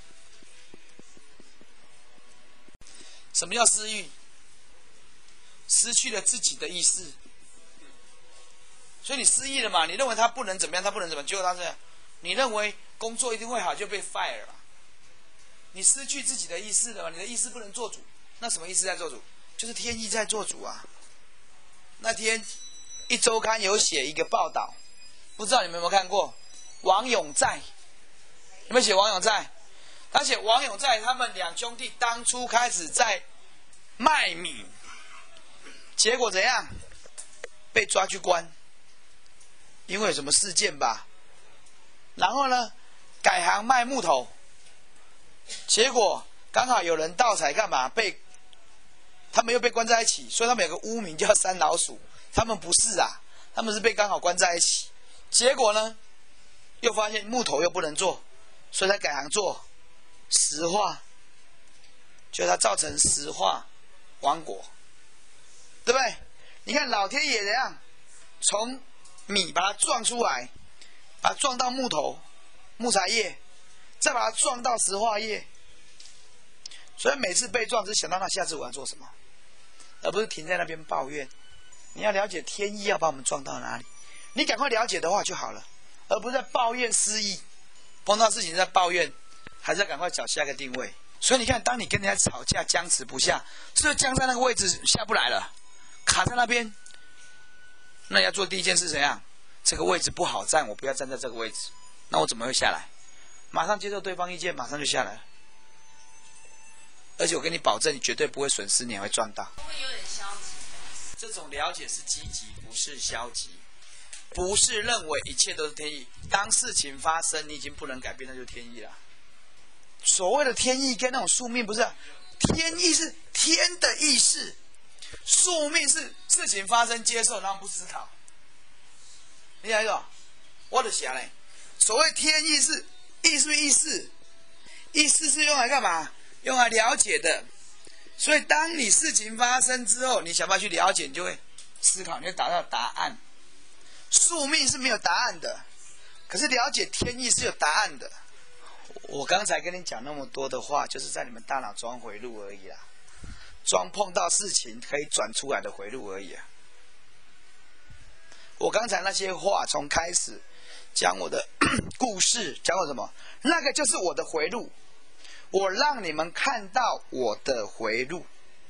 什么叫私欲？失去了自己的意识，所以你失忆了嘛？你认为他不能怎么样，他不能怎么样，结果他这样。你认为工作一定会好，就被 fire 了。你失去自己的意识了嘛？你的意识不能做主，那什么意识在做主？就是天意在做主啊。那天一周刊有写一个报道，不知道你们有没有看过？王永在有没有写王永在？他写王永在他们两兄弟当初开始在卖米，结果怎样？被抓去关，因为有什么事件吧。然后呢，改行卖木头，结果刚好有人盗采干嘛？被他们又被关在一起，所以他们有个污名叫三老鼠。他们不是啊，他们是被刚好关在一起。结果呢，又发现木头又不能做，所以才改行做石化，就它造成石化王国，对不对？你看老天爷怎样，从米把它撞出来，把它撞到木头、木材业，再把它撞到石化业。所以每次被撞，只想到那下次我要做什么，而不是停在那边抱怨。你要了解天意要把我们撞到哪里，你赶快了解的话就好了，而不是在抱怨失意，碰到事情在抱怨，还是要赶快找下一个定位。所以你看，当你跟人家吵架僵持不下，是不是僵在那个位置下不来了，卡在那边？那要做第一件事怎样？这个位置不好站，我不要站在这个位置，那我怎么会下来？马上接受对方意见，马上就下来了。而且我跟你保证，你绝对不会损失，你还会赚到。 会有点消极。 这种了解是积极，不是消极，不是认为一切都是天意。当事情发生，你已经不能改变，那就是天意了。所谓的天意跟那种宿命不是、啊，天意是天的意识，宿命是事情发生接受，然后不思考。你晓得吗？我就想嘞，所谓天意是意是意识，意识是用来干嘛？用来了解的。所以当你事情发生之后，你想办法去了解，你就会思考，你会达到答案。宿命是没有答案的，可是了解天意是有答案的。我刚才跟你讲那么多的话，就是在你们大脑装回路而已啦，装碰到事情可以转出来的回路而已啊。我刚才那些话，从开始讲我的故事，讲我什么，那个就是我的回路。我让你们看到我的回路，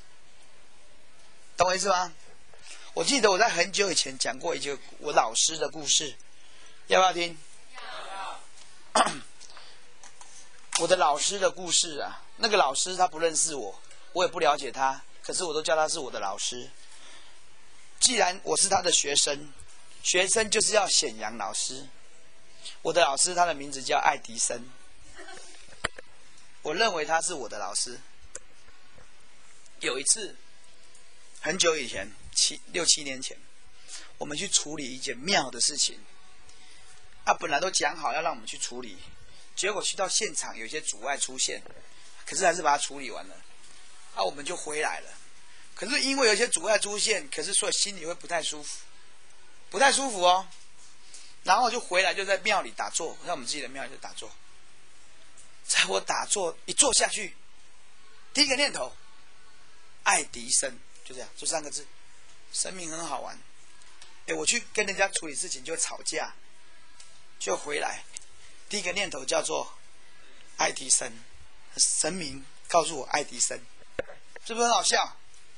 懂我意思吗？我记得我在很久以前讲过一个我老师的故事，要不要听？要。我的老师的故事啊，那个老师他不认识我，我也不了解他，可是我都叫他是我的老师。既然我是他的学生，学生就是要显扬老师。我的老师他的名字叫爱迪生。我认为他是我的老师。有一次，很久以前，七六七年前，我们去处理一件妙的事情。 他本来都讲好要让我们去处理，结果去到现场有一些阻碍出现，可是还是把它处理完了，啊，我们就回来了。可是因为有一些阻碍出现，可是所以心里会不太舒服，不太舒服哦。然后就回来，就在庙里打坐，在我们自己的庙里就打坐。在我打坐一坐下去，第一个念头，爱迪生，就这样，就三个字。生命很好玩，哎，我去跟人家处理事情就吵架，就回来，第一个念头叫做爱迪生，神明告诉我爱迪生，是不是很好笑？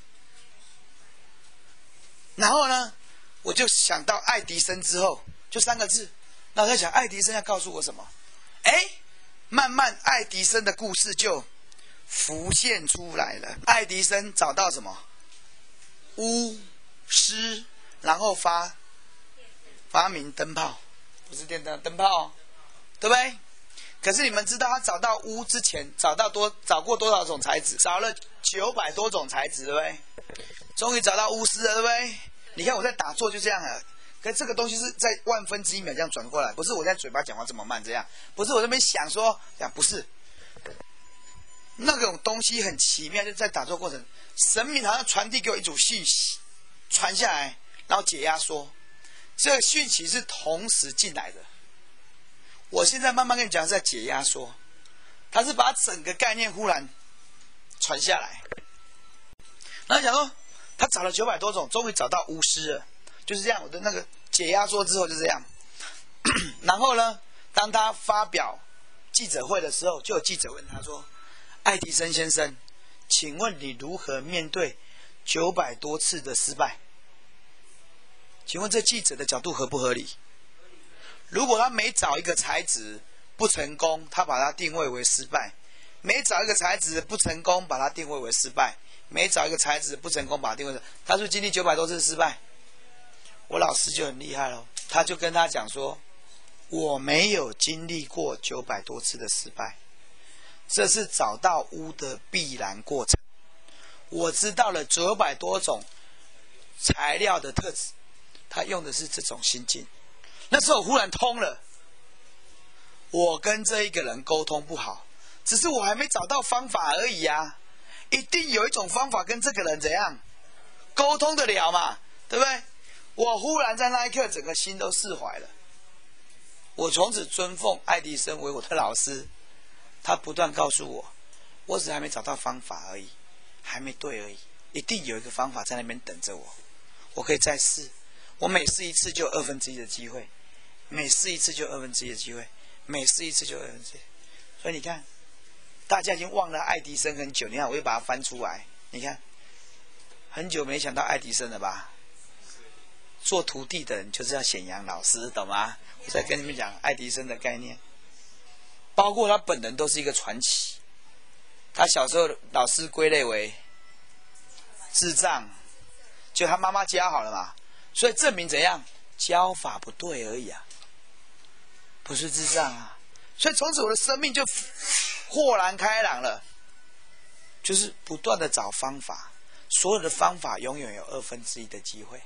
然后呢，我就想到爱迪生之后，就三个字，那我在想爱迪生要告诉我什么？哎，慢慢爱迪生的故事就浮现出来了。爱迪生找到什么？钨丝，然后发发明灯泡，不是电灯，灯泡，对不对？可是你们知道他找到钨之前，找到多找过多少种材质？找了九百多种材质，对不对？终于找到钨丝了，对不对？你看我在打坐就这样了，可是这个东西是在万分之一秒这样转过来，不是我在嘴巴讲话这么慢这样，不是我这边想说这样，不是。那种东西很奇妙，就在打坐过程，神明好像传递给我一组讯息，传下来，然后解压缩，这个讯息是同时进来的。我现在慢慢跟你讲，是在解压缩，他是把整个概念忽然传下来。然后讲说，他找了九百多种，终于找到钨丝了，就是这样。我的那个解压缩之后就这样。然后呢，当他发表记者会的时候，就有记者问他说：“爱迪生先生，请问你如何面对九百多次的失败？请问这记者的角度合不合理？如果他每找一个材质不成功，他把它定位为失败；每找一个材质不成功，把它定位为失败；每找一个材质不成功，把它定位为……他是不是经历九百多次失败？我老师就很厉害了，他就跟他讲说：我没有经历过九百多次的失败，这是找到钨的必然过程。我知道了九百多种材料的特质，他用的是这种心境。那时候我忽然通了，我跟这一个人沟通不好，只是我还没找到方法而已啊！一定有一种方法跟这个人怎样沟通得了嘛，对不对？我忽然在那一刻，整个心都释怀了。我从此尊奉爱迪生为我的老师，他不断告诉我，我只还没找到方法而已，还没对而已，一定有一个方法在那边等着我，我可以再试。我每试一次就有二分之一的机会，每试一次就有二分之一的机会，每试一次就有二分之一。所以你看，大家已经忘了爱迪生很久，你看我又把它翻出来，你看，很久没想到爱迪生了吧？做徒弟的人就是要显扬老师，懂吗？我在跟你们讲爱迪生的概念，包括他本人都是一个传奇。他小时候老师归类为智障，就他妈妈教好了嘛，所以证明怎样教法不对而已啊，不是智障啊。所以从此我的生命就豁然开朗了，就是不断的找方法，所有的方法永远有二分之一的机会。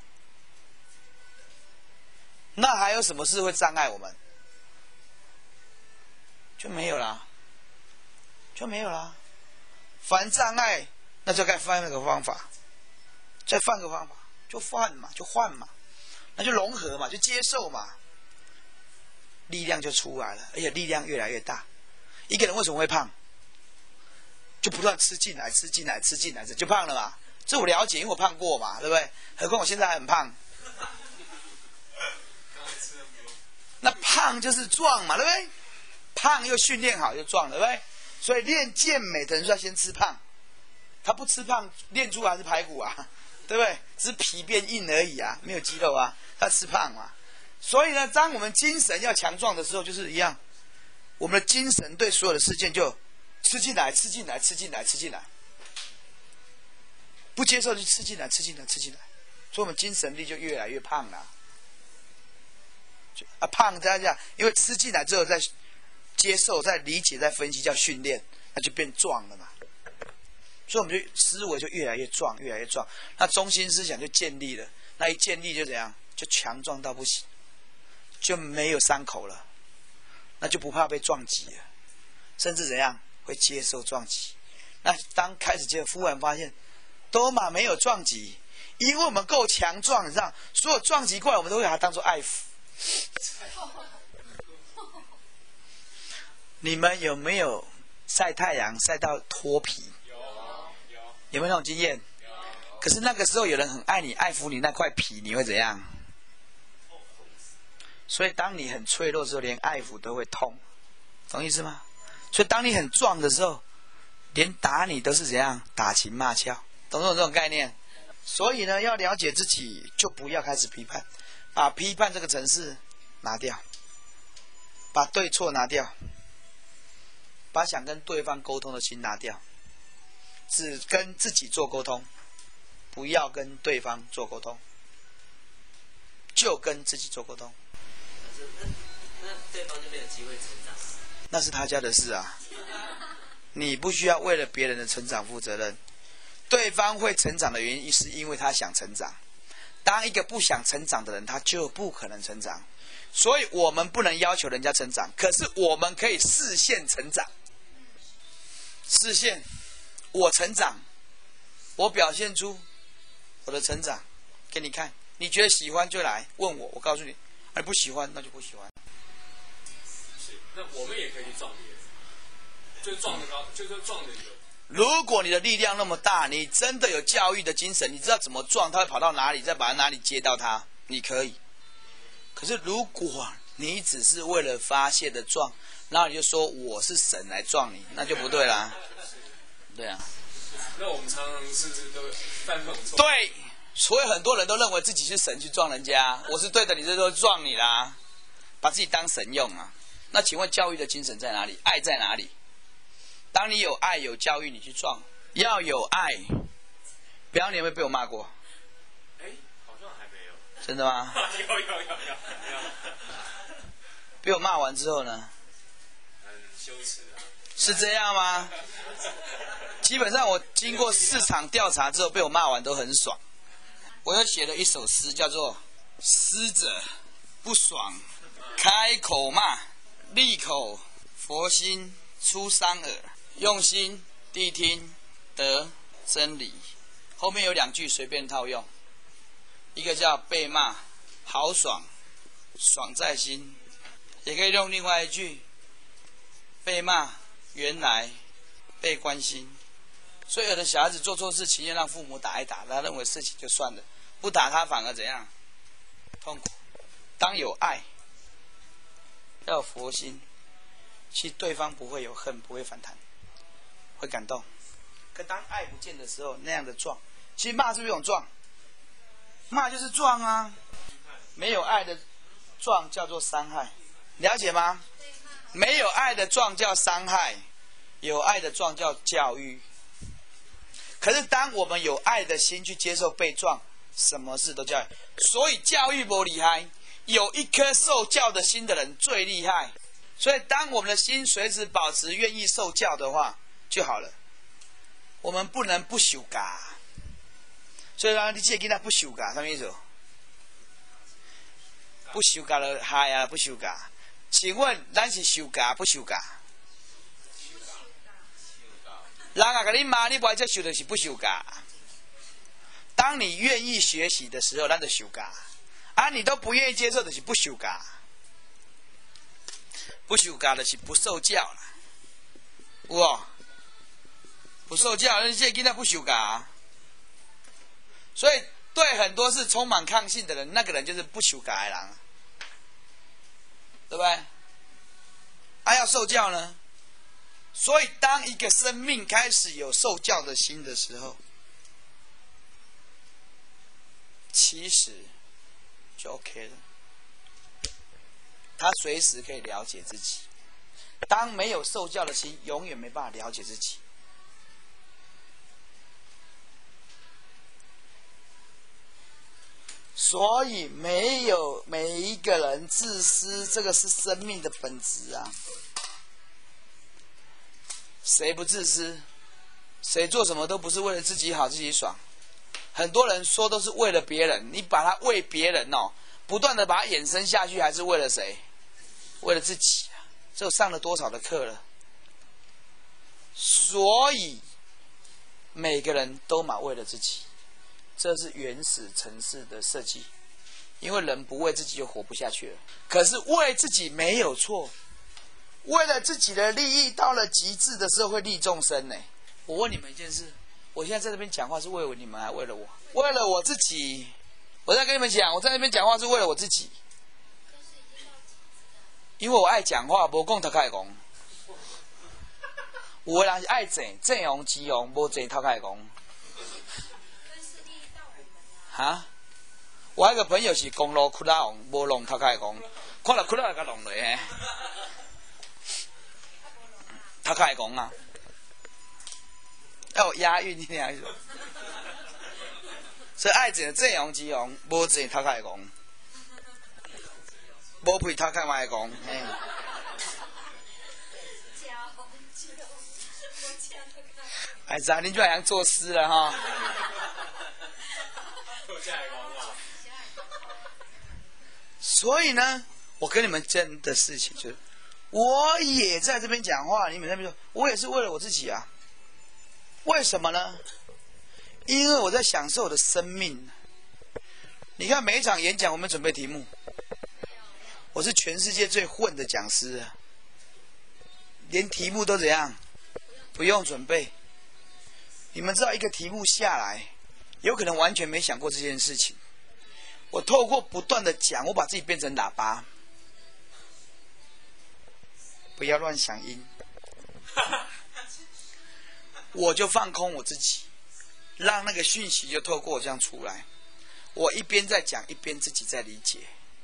那还有什么事会障碍我们？就没有啦，就没有啦。凡障碍，那就该换那个方法，再换个方法，就换嘛，就换嘛，那就融合嘛，就接受嘛，力量就出来了，而且力量越来越大。一个人为什么会胖？就不断吃进来，吃进来，吃进来，就胖了嘛。这我了解，因为我胖过嘛，对不对？何况我现在还很胖。那胖就是壮嘛，对不对？胖又训练好就壮了，对不对？所以练健美的人说要先吃胖，他不吃胖练出来是排骨啊，对不对？只是皮变硬而已啊，没有肌肉啊，他吃胖嘛。所以呢，当我们精神要强壮的时候，就是一样，我们的精神对所有的事件就吃进来，吃进来，吃进来，吃进来，不接受就吃进来，吃进来，吃进来，所以我们精神力就越来越胖了。啊，胖这样讲，因为吃进来之后再接受、再理解、再分析，叫训练，那就变壮了嘛。所以我们就思维就越来越壮，越来越壮，那中心思想就建立了。那一建立就怎样？就强壮到不行。 就没有伤口了，那就不怕被撞击了，甚至怎样会接受撞击。那当开始接，忽然发现都嘛没有撞击，因为我们够强壮，你知道，所有撞击过来，我们都会把它当作爱抚。你们有没有晒太阳晒到脱皮？ 有有有没有那种经验？可是那个时候有人很爱你，爱抚你那块皮，你会怎样？所以当你很脆弱的时候，连爱抚都会痛，懂意思吗？所以当你很壮的时候，连打你都是怎样打情骂俏，懂不懂这种概念？所以呢，要了解自己，就不要开始批判，把批判这个程式拿掉，把对错拿掉，把想跟对方沟通的心拿掉，只跟自己做沟通，不要跟对方做沟通，就跟自己做沟通。 可是那那对方就没有机会成长。 那是他家的事啊，你不需要为了别人的成长负责任。对方会成长的原因是因为他想成长，当一个不想成长的人，他就不可能成长。所以我们不能要求人家成长，可是我们可以视线成长。视线，我成长，我表现出我的成长给你看，你觉得喜欢就来问我，我告诉你，而不喜欢那就不喜欢。 是，那我们也可以去撞别人，就是撞得高，就是撞得有。 如果你的力量那么大，你真的有教育的精神，你知道怎么撞，他会跑到哪里，再把他哪里接到他，你可以。可是如果你只是为了发泄的撞，然后你就说我是神来撞你，那就不对啦。对啊。 那我们常常是不是都犯这种错？ 对，所以很多人都认为自己是神去撞人家，我是对的，你这都撞你啦，把自己当神用啊。那请问教育的精神在哪里？爱在哪里？当你有爱有教育，你去撞，要有爱。不要你有没有被我骂过？ 哎，好像还没有。 真的吗？ 有有有有有。 被我骂完之后呢？ 很羞耻啊。 是这样吗？基本上我经过市场调查之后，被我骂完都很爽。我又写了一首诗，叫做《师者不爽，开口骂，利口佛心出三耳。用心谛听得真理。后面有两句随便套用，一个叫被骂豪爽，爽在心，也可以用另外一句，被骂原来被关心。所以有的小孩子做错事情要让父母打一打，他认为事情就算了，不打他反而怎样痛苦。当有爱，要有佛心，其实对方不会有恨，不会反弹，会感动。可当爱不见的时候，那样的撞，其实骂是不是一种撞？骂就是撞啊。没有爱的撞叫做伤害，了解吗？没有爱的撞叫伤害，有爱的撞叫教育。可是当我们有爱的心去接受被撞，什么事都教育。所以教育不厉害，有一颗受教的心的人最厉害。所以当我们的心随时保持愿意受教的话就好了。我们不能不修改，所以让你这个囡不修改，什么意思？不修改了害啊！不修改，请问咱是修改不修改？人啊，给你骂你不爱接受，就是不修改。当你愿意学习的时候，咱就修改；啊，你都不愿意接受，就是不修改。不修改就是不受教啦，有无？不受教，那这囡仔不修改。所以对很多是充满抗性的人，那个人就是不修改的人，对不对？啊，要受教呢。所以当一个生命开始有受教的心的时候，其实就 OK 了。他随时可以了解自己。当没有受教的心，永远没办法了解自己。所以没有每一个人自私，这个是生命的本质啊。谁不自私？谁做什么都不是为了自己好自己爽。很多人说都是为了别人，你把他为别人哦， 不断的把它衍生下去，还是为了谁？为了自己啊！这我上了多少的课了？所以每个人都嘛为了自己，这是原始城市的设计。因为人不为自己就活不下去了。可是为自己没有错，为了自己的利益到了极致的时候会利众生呢。我问你们一件事，我现在在这边讲话是为了你们还是为了我？为了我自己。我在跟你们讲，我在那边讲话是为了我自己，因为我爱讲话，无讲头开讲。有的人是爱正正用之用，无正头开讲。哈？我还有个朋友是公路窟窿王，无弄头开讲，看到窟窿就甲弄落嘿。头开讲啊，要有押韵，你听下。所以爱正正用之用，无正头开讲，无配头开嘛会讲，嘿。哎呀，恁就爱样作诗了哈。所以呢，我跟你们真的事情就是，我也在这边讲话，你们那边说，我也是为了我自己啊。为什么呢？因为我在享受我的生命。你看每一场演讲，我们准备题目，我是全世界最混的讲师啊，连题目都怎样，不用准备。你们知道一个题目下来，有可能完全没想过这件事情。我透过不断的讲，我把自己变成喇叭，不要乱想音，我就放空我自己，让那个讯息就透过我这样出来。我一边在讲，一边自己在理解。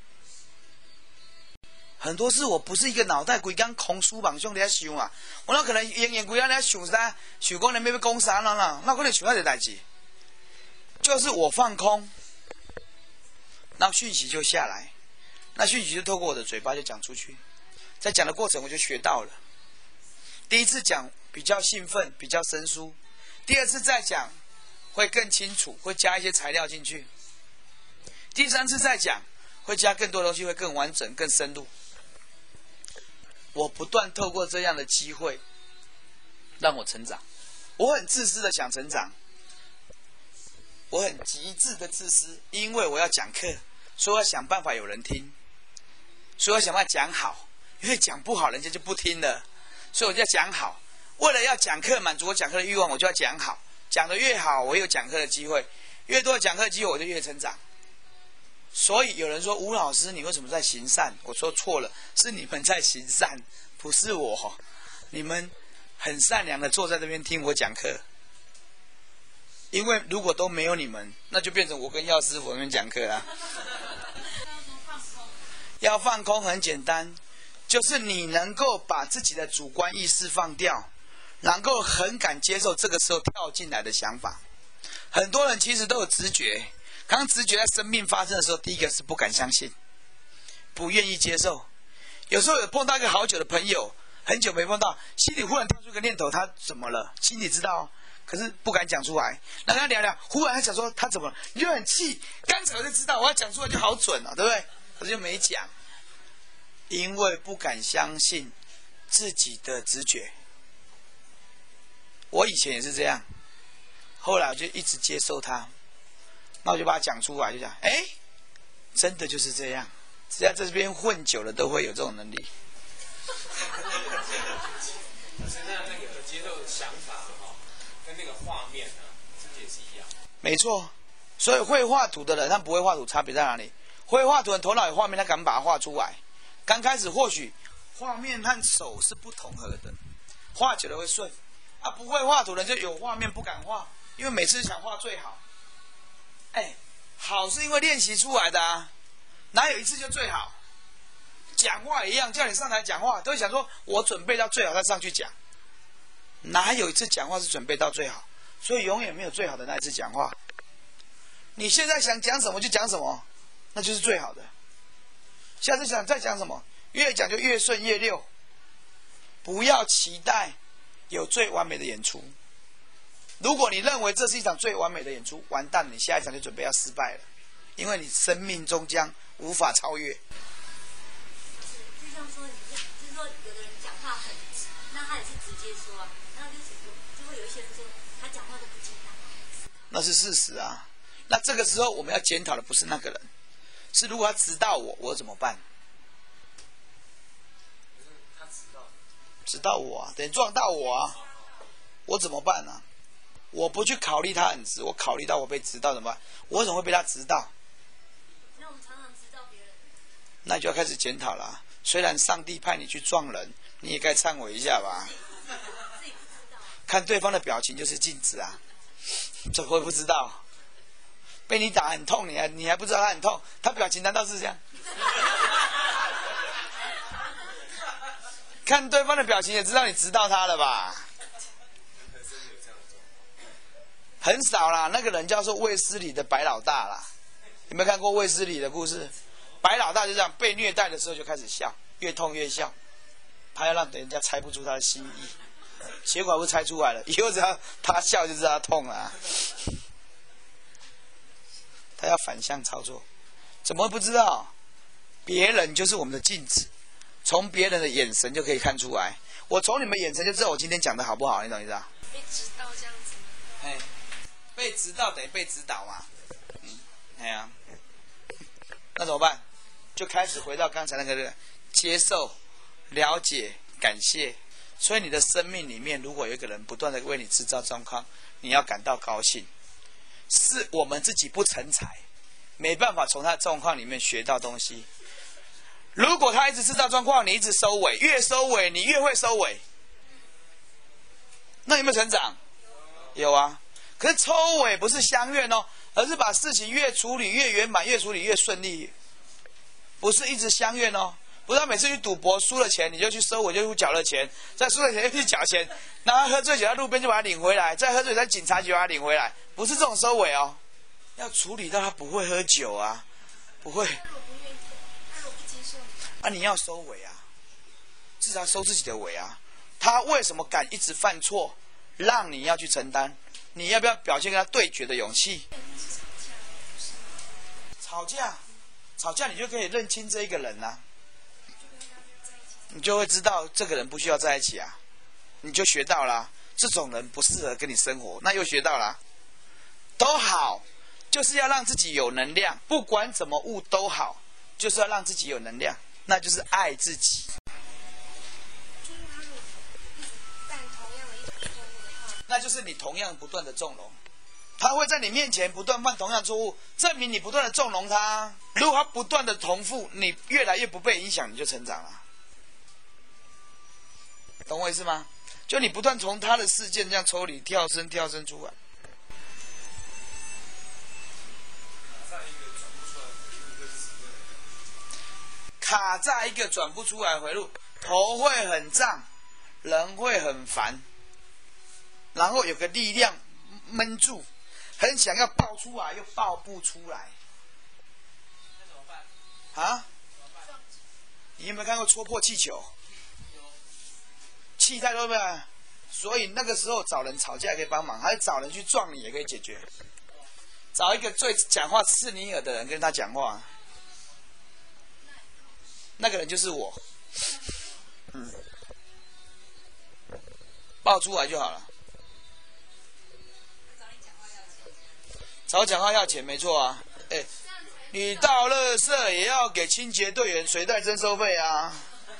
很多事我不是一个脑袋规工空书妄想在想啊，我哪可能延延规工在想啥？想讲你要要讲啥啦啦？哪可能想那个代志？就是我放空。那讯息就下来，那讯息就透过我的嘴巴就讲出去，在讲的过程我就学到了。第一次讲比较兴奋，比较生疏；第二次再讲会更清楚，会加一些材料进去；第三次再讲会加更多东西，会更完整、更深入。我不断透过这样的机会让我成长，我很自私的想成长。我很极致的自私，因为我要讲课，所以我要想办法有人听，所以我要想办法讲好，因为讲不好人家就不听了，所以我就要讲好。为了要讲课满足我讲课的欲望，我就要讲好，讲得越好，我有讲课的机会，越多的讲课的机会，我就越成长。所以有人说吴老师你为什么在行善？我说错了，是你们在行善，不是我。你们很善良的坐在这边听我讲课。因为如果都没有你们，那就变成我跟药师傅那边讲课啦。要放空很简单，就是你能够把自己的主观意识放掉，能够很敢接受这个时候跳进来的想法。很多人其实都有直觉，当直觉在生命发生的时候，第一个是不敢相信，不愿意接受。有时候有碰到一个好久的朋友，很久没碰到，心里忽然跳出一个念头，他怎么了？心里知道，可是不敢讲出来。那跟他聊聊，忽然他想说他怎么了，你就很气。刚才我就知道我要讲出来就好准了，对不对？我就没讲，因为不敢相信自己的直觉。我以前也是这样，后来我就一直接受它，那我就把它讲出来，就讲，哎，真的就是这样。只要在这边混久了，都会有这种能力。 是那那个接受想法哈，跟那个画面呢，这也是一样。 没错，所以会画图的人，他不会画图差别在哪里？会画图的人头脑有画面，他敢把它画出来。刚开始或许画面和手是不统合的，画久了会顺。啊，不会画图的人就有画面不敢画，因为每次想画最好。哎，好是因为练习出来的啊，哪有一次就最好？讲话一样，叫你上台讲话，都会想说我准备到最好再上去讲，哪有一次讲话是准备到最好？所以永远没有最好的那一次讲话。你现在想讲什么就讲什么，那就是最好的。下次想再讲什么，越讲就越顺越溜。不要期待有最完美的演出。如果你认为这是一场最完美的演出，完蛋了，你下一场就准备要失败了，因为你生命终将无法超越。 就像说，你是就是说，有的人讲话很直，那他也是直接说啊，那就是就会有一些人说他讲话都不经大脑。 那是事实啊。那这个时候我们要检讨的不是那个人，是如果他直到我，我怎么办？ 他直到直到我啊，等于撞到我啊，我怎么办呢、啊？我不去考虑他很直，我考虑到我被直到怎么办？我为什么会被他直到？ 那我们常常直到别人， 那就要开始检讨了、啊。虽然上帝派你去撞人，你也该忏悔一下吧。 自己不知道。 看对方的表情就是镜子啊，怎么会不知道？被你打很痛，你还你还不知道他很痛，他表情难道是这样？看对方的表情也知道你知道他了吧？很少啦，那个人叫做卫斯理的白老大啦，有没有看过卫斯理的故事？白老大就这样，被虐待的时候就开始笑，越痛越笑，他要让人家猜不出他的心意，结果不猜出来了，以后只要他笑就知道他痛啊。他要反向操作，怎么会不知道？别人就是我们的镜子，从别人的眼神就可以看出来。我从你们眼神就知道我今天讲的好不好，你懂意思啊？ 被指导这样子吗？ 哎，被指导等于被指导嘛。嗯，哎呀、啊，那怎么办？就开始回到刚才那个接受、了解、感谢。所以你的生命里面，如果有一个人不断的为你制造状况，你要感到高兴。是我们自己不成才，没办法从他的状况里面学到东西。如果他一直制造状况，你一直收尾，越收尾你越会收尾，那有没有成长？有啊。可是抽尾不是相怨哦，而是把事情越处理越圆满，越处理越顺利，不是一直相怨哦。不是每次去赌博输了钱，你就去收尾，就去缴了钱，再输了钱又去缴钱，然后喝醉酒在路边就把他领回来，再喝醉酒在警察局把他领回来，不是这种收尾哦。要处理到他不会喝酒啊，不会。 那我不愿意，那我不接受你。 啊，你要收尾啊，至少收自己的尾啊。他为什么敢一直犯错，让你要去承担？你要不要表现跟他对决的勇气？吵架，吵架你就可以认清这一个人啊。你就会知道这个人不需要在一起啊，你就学到了，这种人不适合跟你生活，那又学到了，都好，就是要让自己有能量，不管怎么悟都好，就是要让自己有能量，那就是爱自己。 就是他如果一直犯同样的一种错误的话， 那就是你同样不断的纵容，他会在你面前不断犯同样的错误，证明你不断的纵容他。如果他不断的重复，你越来越不被影响，你就成长了。懂我意思吗？就你不断从他的事件这样抽离、跳升、跳升出来。卡在一个转不出来回路，头会很胀，人会很烦，然后有个力量闷住，很想要爆出来又爆不出来。那怎么办？啊？你有没有看过戳破气球？气太多对吧？所以那个时候找人吵架也可以帮忙，还是找人去撞你也可以解决。找一个最讲话刺你耳的人跟他讲话，那个人就是我。嗯，爆出来就好了。找讲话要钱，没错啊。哎，你倒垃圾也要给清洁队员随袋征收费啊。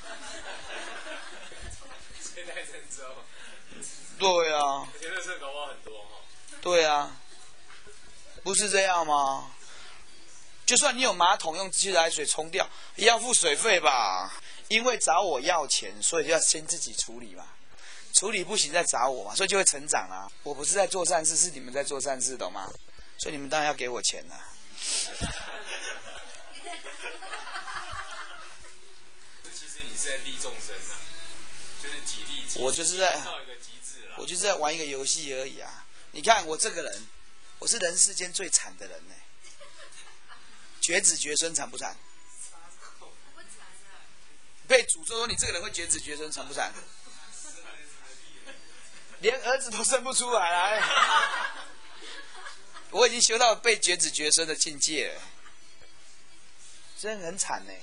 对啊， 而且垃圾搞不好很多哈。 对啊，不是这样吗？就算你有马桶用自来水冲掉，也要付水费吧？因为找我要钱，所以就要先自己处理嘛。处理不行再找我嘛，所以就会成长啊。我不是在做善事，是你们在做善事，懂吗？所以你们当然要给我钱了。 其实你是在利众生啊，就是己利己。 我就是在。 到一个极致了。 我就是在玩一个游戏而已啊！你看我这个人，我是人世间最惨的人呢、欸，绝子绝孙惨不惨？被诅咒说你这个人会绝子绝孙惨不惨？连儿子都生不出来了，我已经修到被绝子绝孙的境界了。 真的很惨呢。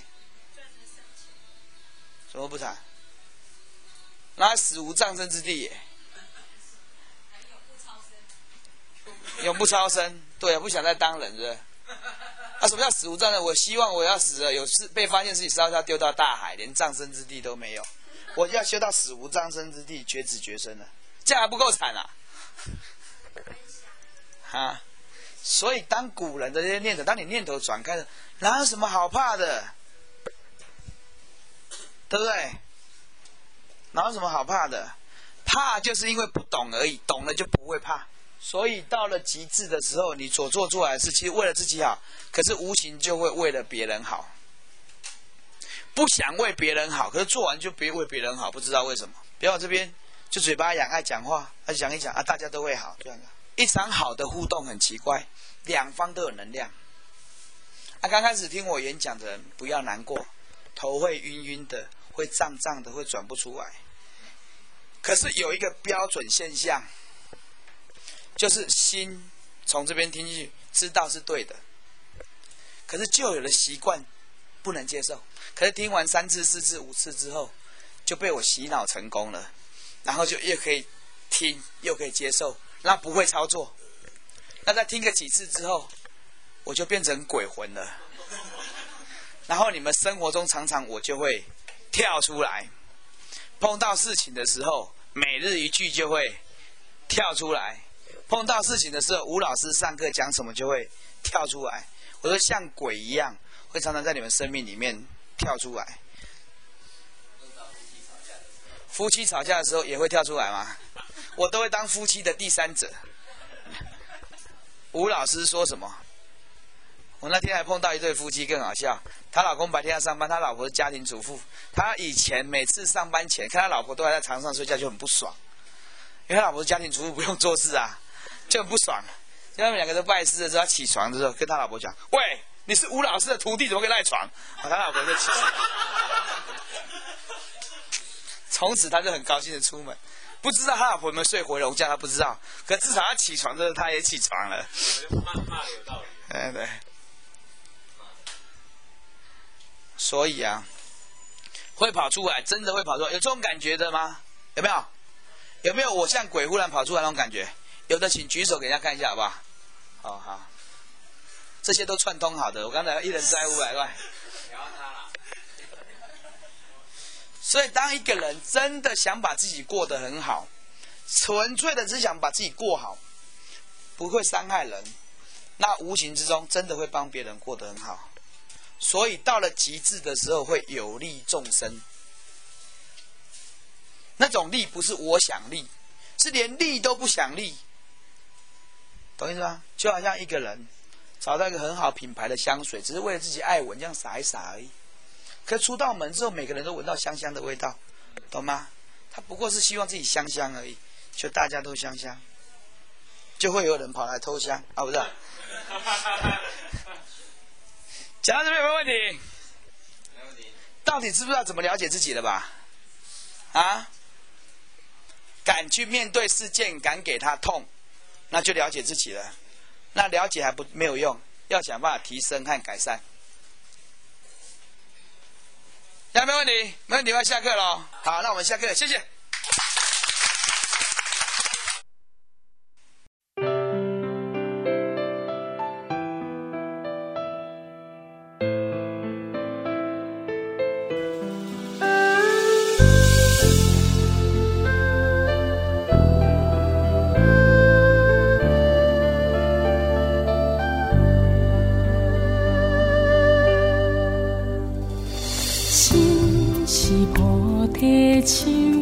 怎么不惨？那死无葬身之地耶，永不超生。对啊，不想再当人，是不是？啊，什么叫死无葬身？我希望我要死了，有事被发现自己烧掉丢到大海，连葬身之地都没有。我就要修到死无葬身之地，绝子绝孙了，这样还不够惨啊！啊，所以当古人的这些念头，当你念头转开了，哪有什么好怕的？对不对？哪有什么好怕的？怕就是因为不懂而已，懂了就不会怕。所以到了极致的时候，你所做出来的事，其实为了自己好，可是无形就会为了别人好。不想为别人好，可是做完就别为别人好，不知道为什么。不要这边就嘴巴痒，爱讲话，爱讲一讲啊，大家都会好，这样的。一场好的互动很奇怪，两方都有能量。啊，刚开始听我演讲的人不要难过，头会晕晕的，会胀胀的，会转不出来。可是有一个标准现象，就是心从这边听进去，知道是对的，可是就有了习惯，不能接受。可是听完三次、四次、五次之后，就被我洗脑成功了，然后就又可以听，又可以接受，那不会操作。那再听个几次之后，我就变成鬼魂了。然后你们生活中常常我就会跳出来，碰到事情的时候，每日一句就会跳出来。碰到事情的时候，吴老师上课讲什么就会跳出来。我说像鬼一样，会常常在你们生命里面跳出来。夫妻吵架的时候也会跳出来吗？我都会当夫妻的第三者。吴老师说什么？我那天还碰到一对夫妻更好笑，他老公白天要上班，他老婆是家庭主妇。他以前每次上班前看他老婆都还在床上睡觉就很不爽，因为他老婆是家庭主妇不用做事啊，就很不爽。就他们两个都拜师的时候，他起床的时候跟他老婆讲：“喂，你是吴老师的徒弟，怎么可以赖床？”啊，他老婆就起床。从此他就很高兴的出门，不知道他老婆有没有睡回笼觉，他不知道，可至少他起床之后他也起床了。 骂骂的有道理。 对对。所以啊，会跑出来，真的会跑出来，有这种感觉的吗？有没有？有没有我像鬼忽然跑出来那种感觉？有的请举手给人家看一下好不好？好好，这些都串通好的，我刚才一人摘五百块。所以当一个人真的想把自己过得很好，纯粹的只想把自己过好，不会伤害人，那无形之中真的会帮别人过得很好。所以到了极致的时候，会有利众生。那种利不是我想利，是连利都不想利，懂意思吗？就好像一个人找到一个很好品牌的香水，只是为了自己爱闻，这样撒一撒而已。可出到门之后，每个人都闻到香香的味道，懂吗？他不过是希望自己香香而已，就大家都香香，就会有人跑来偷香啊，不是、啊？讲到这边有没有问题？ 没问题。 到底知不知道怎么了解自己了吧？啊？敢去面对事件，敢给他痛，那就了解自己了。那了解还不没有用，要想办法提升和改善。有没有问题？没问题，我要下课了。好，那我们下课，谢谢。 心是菩提树。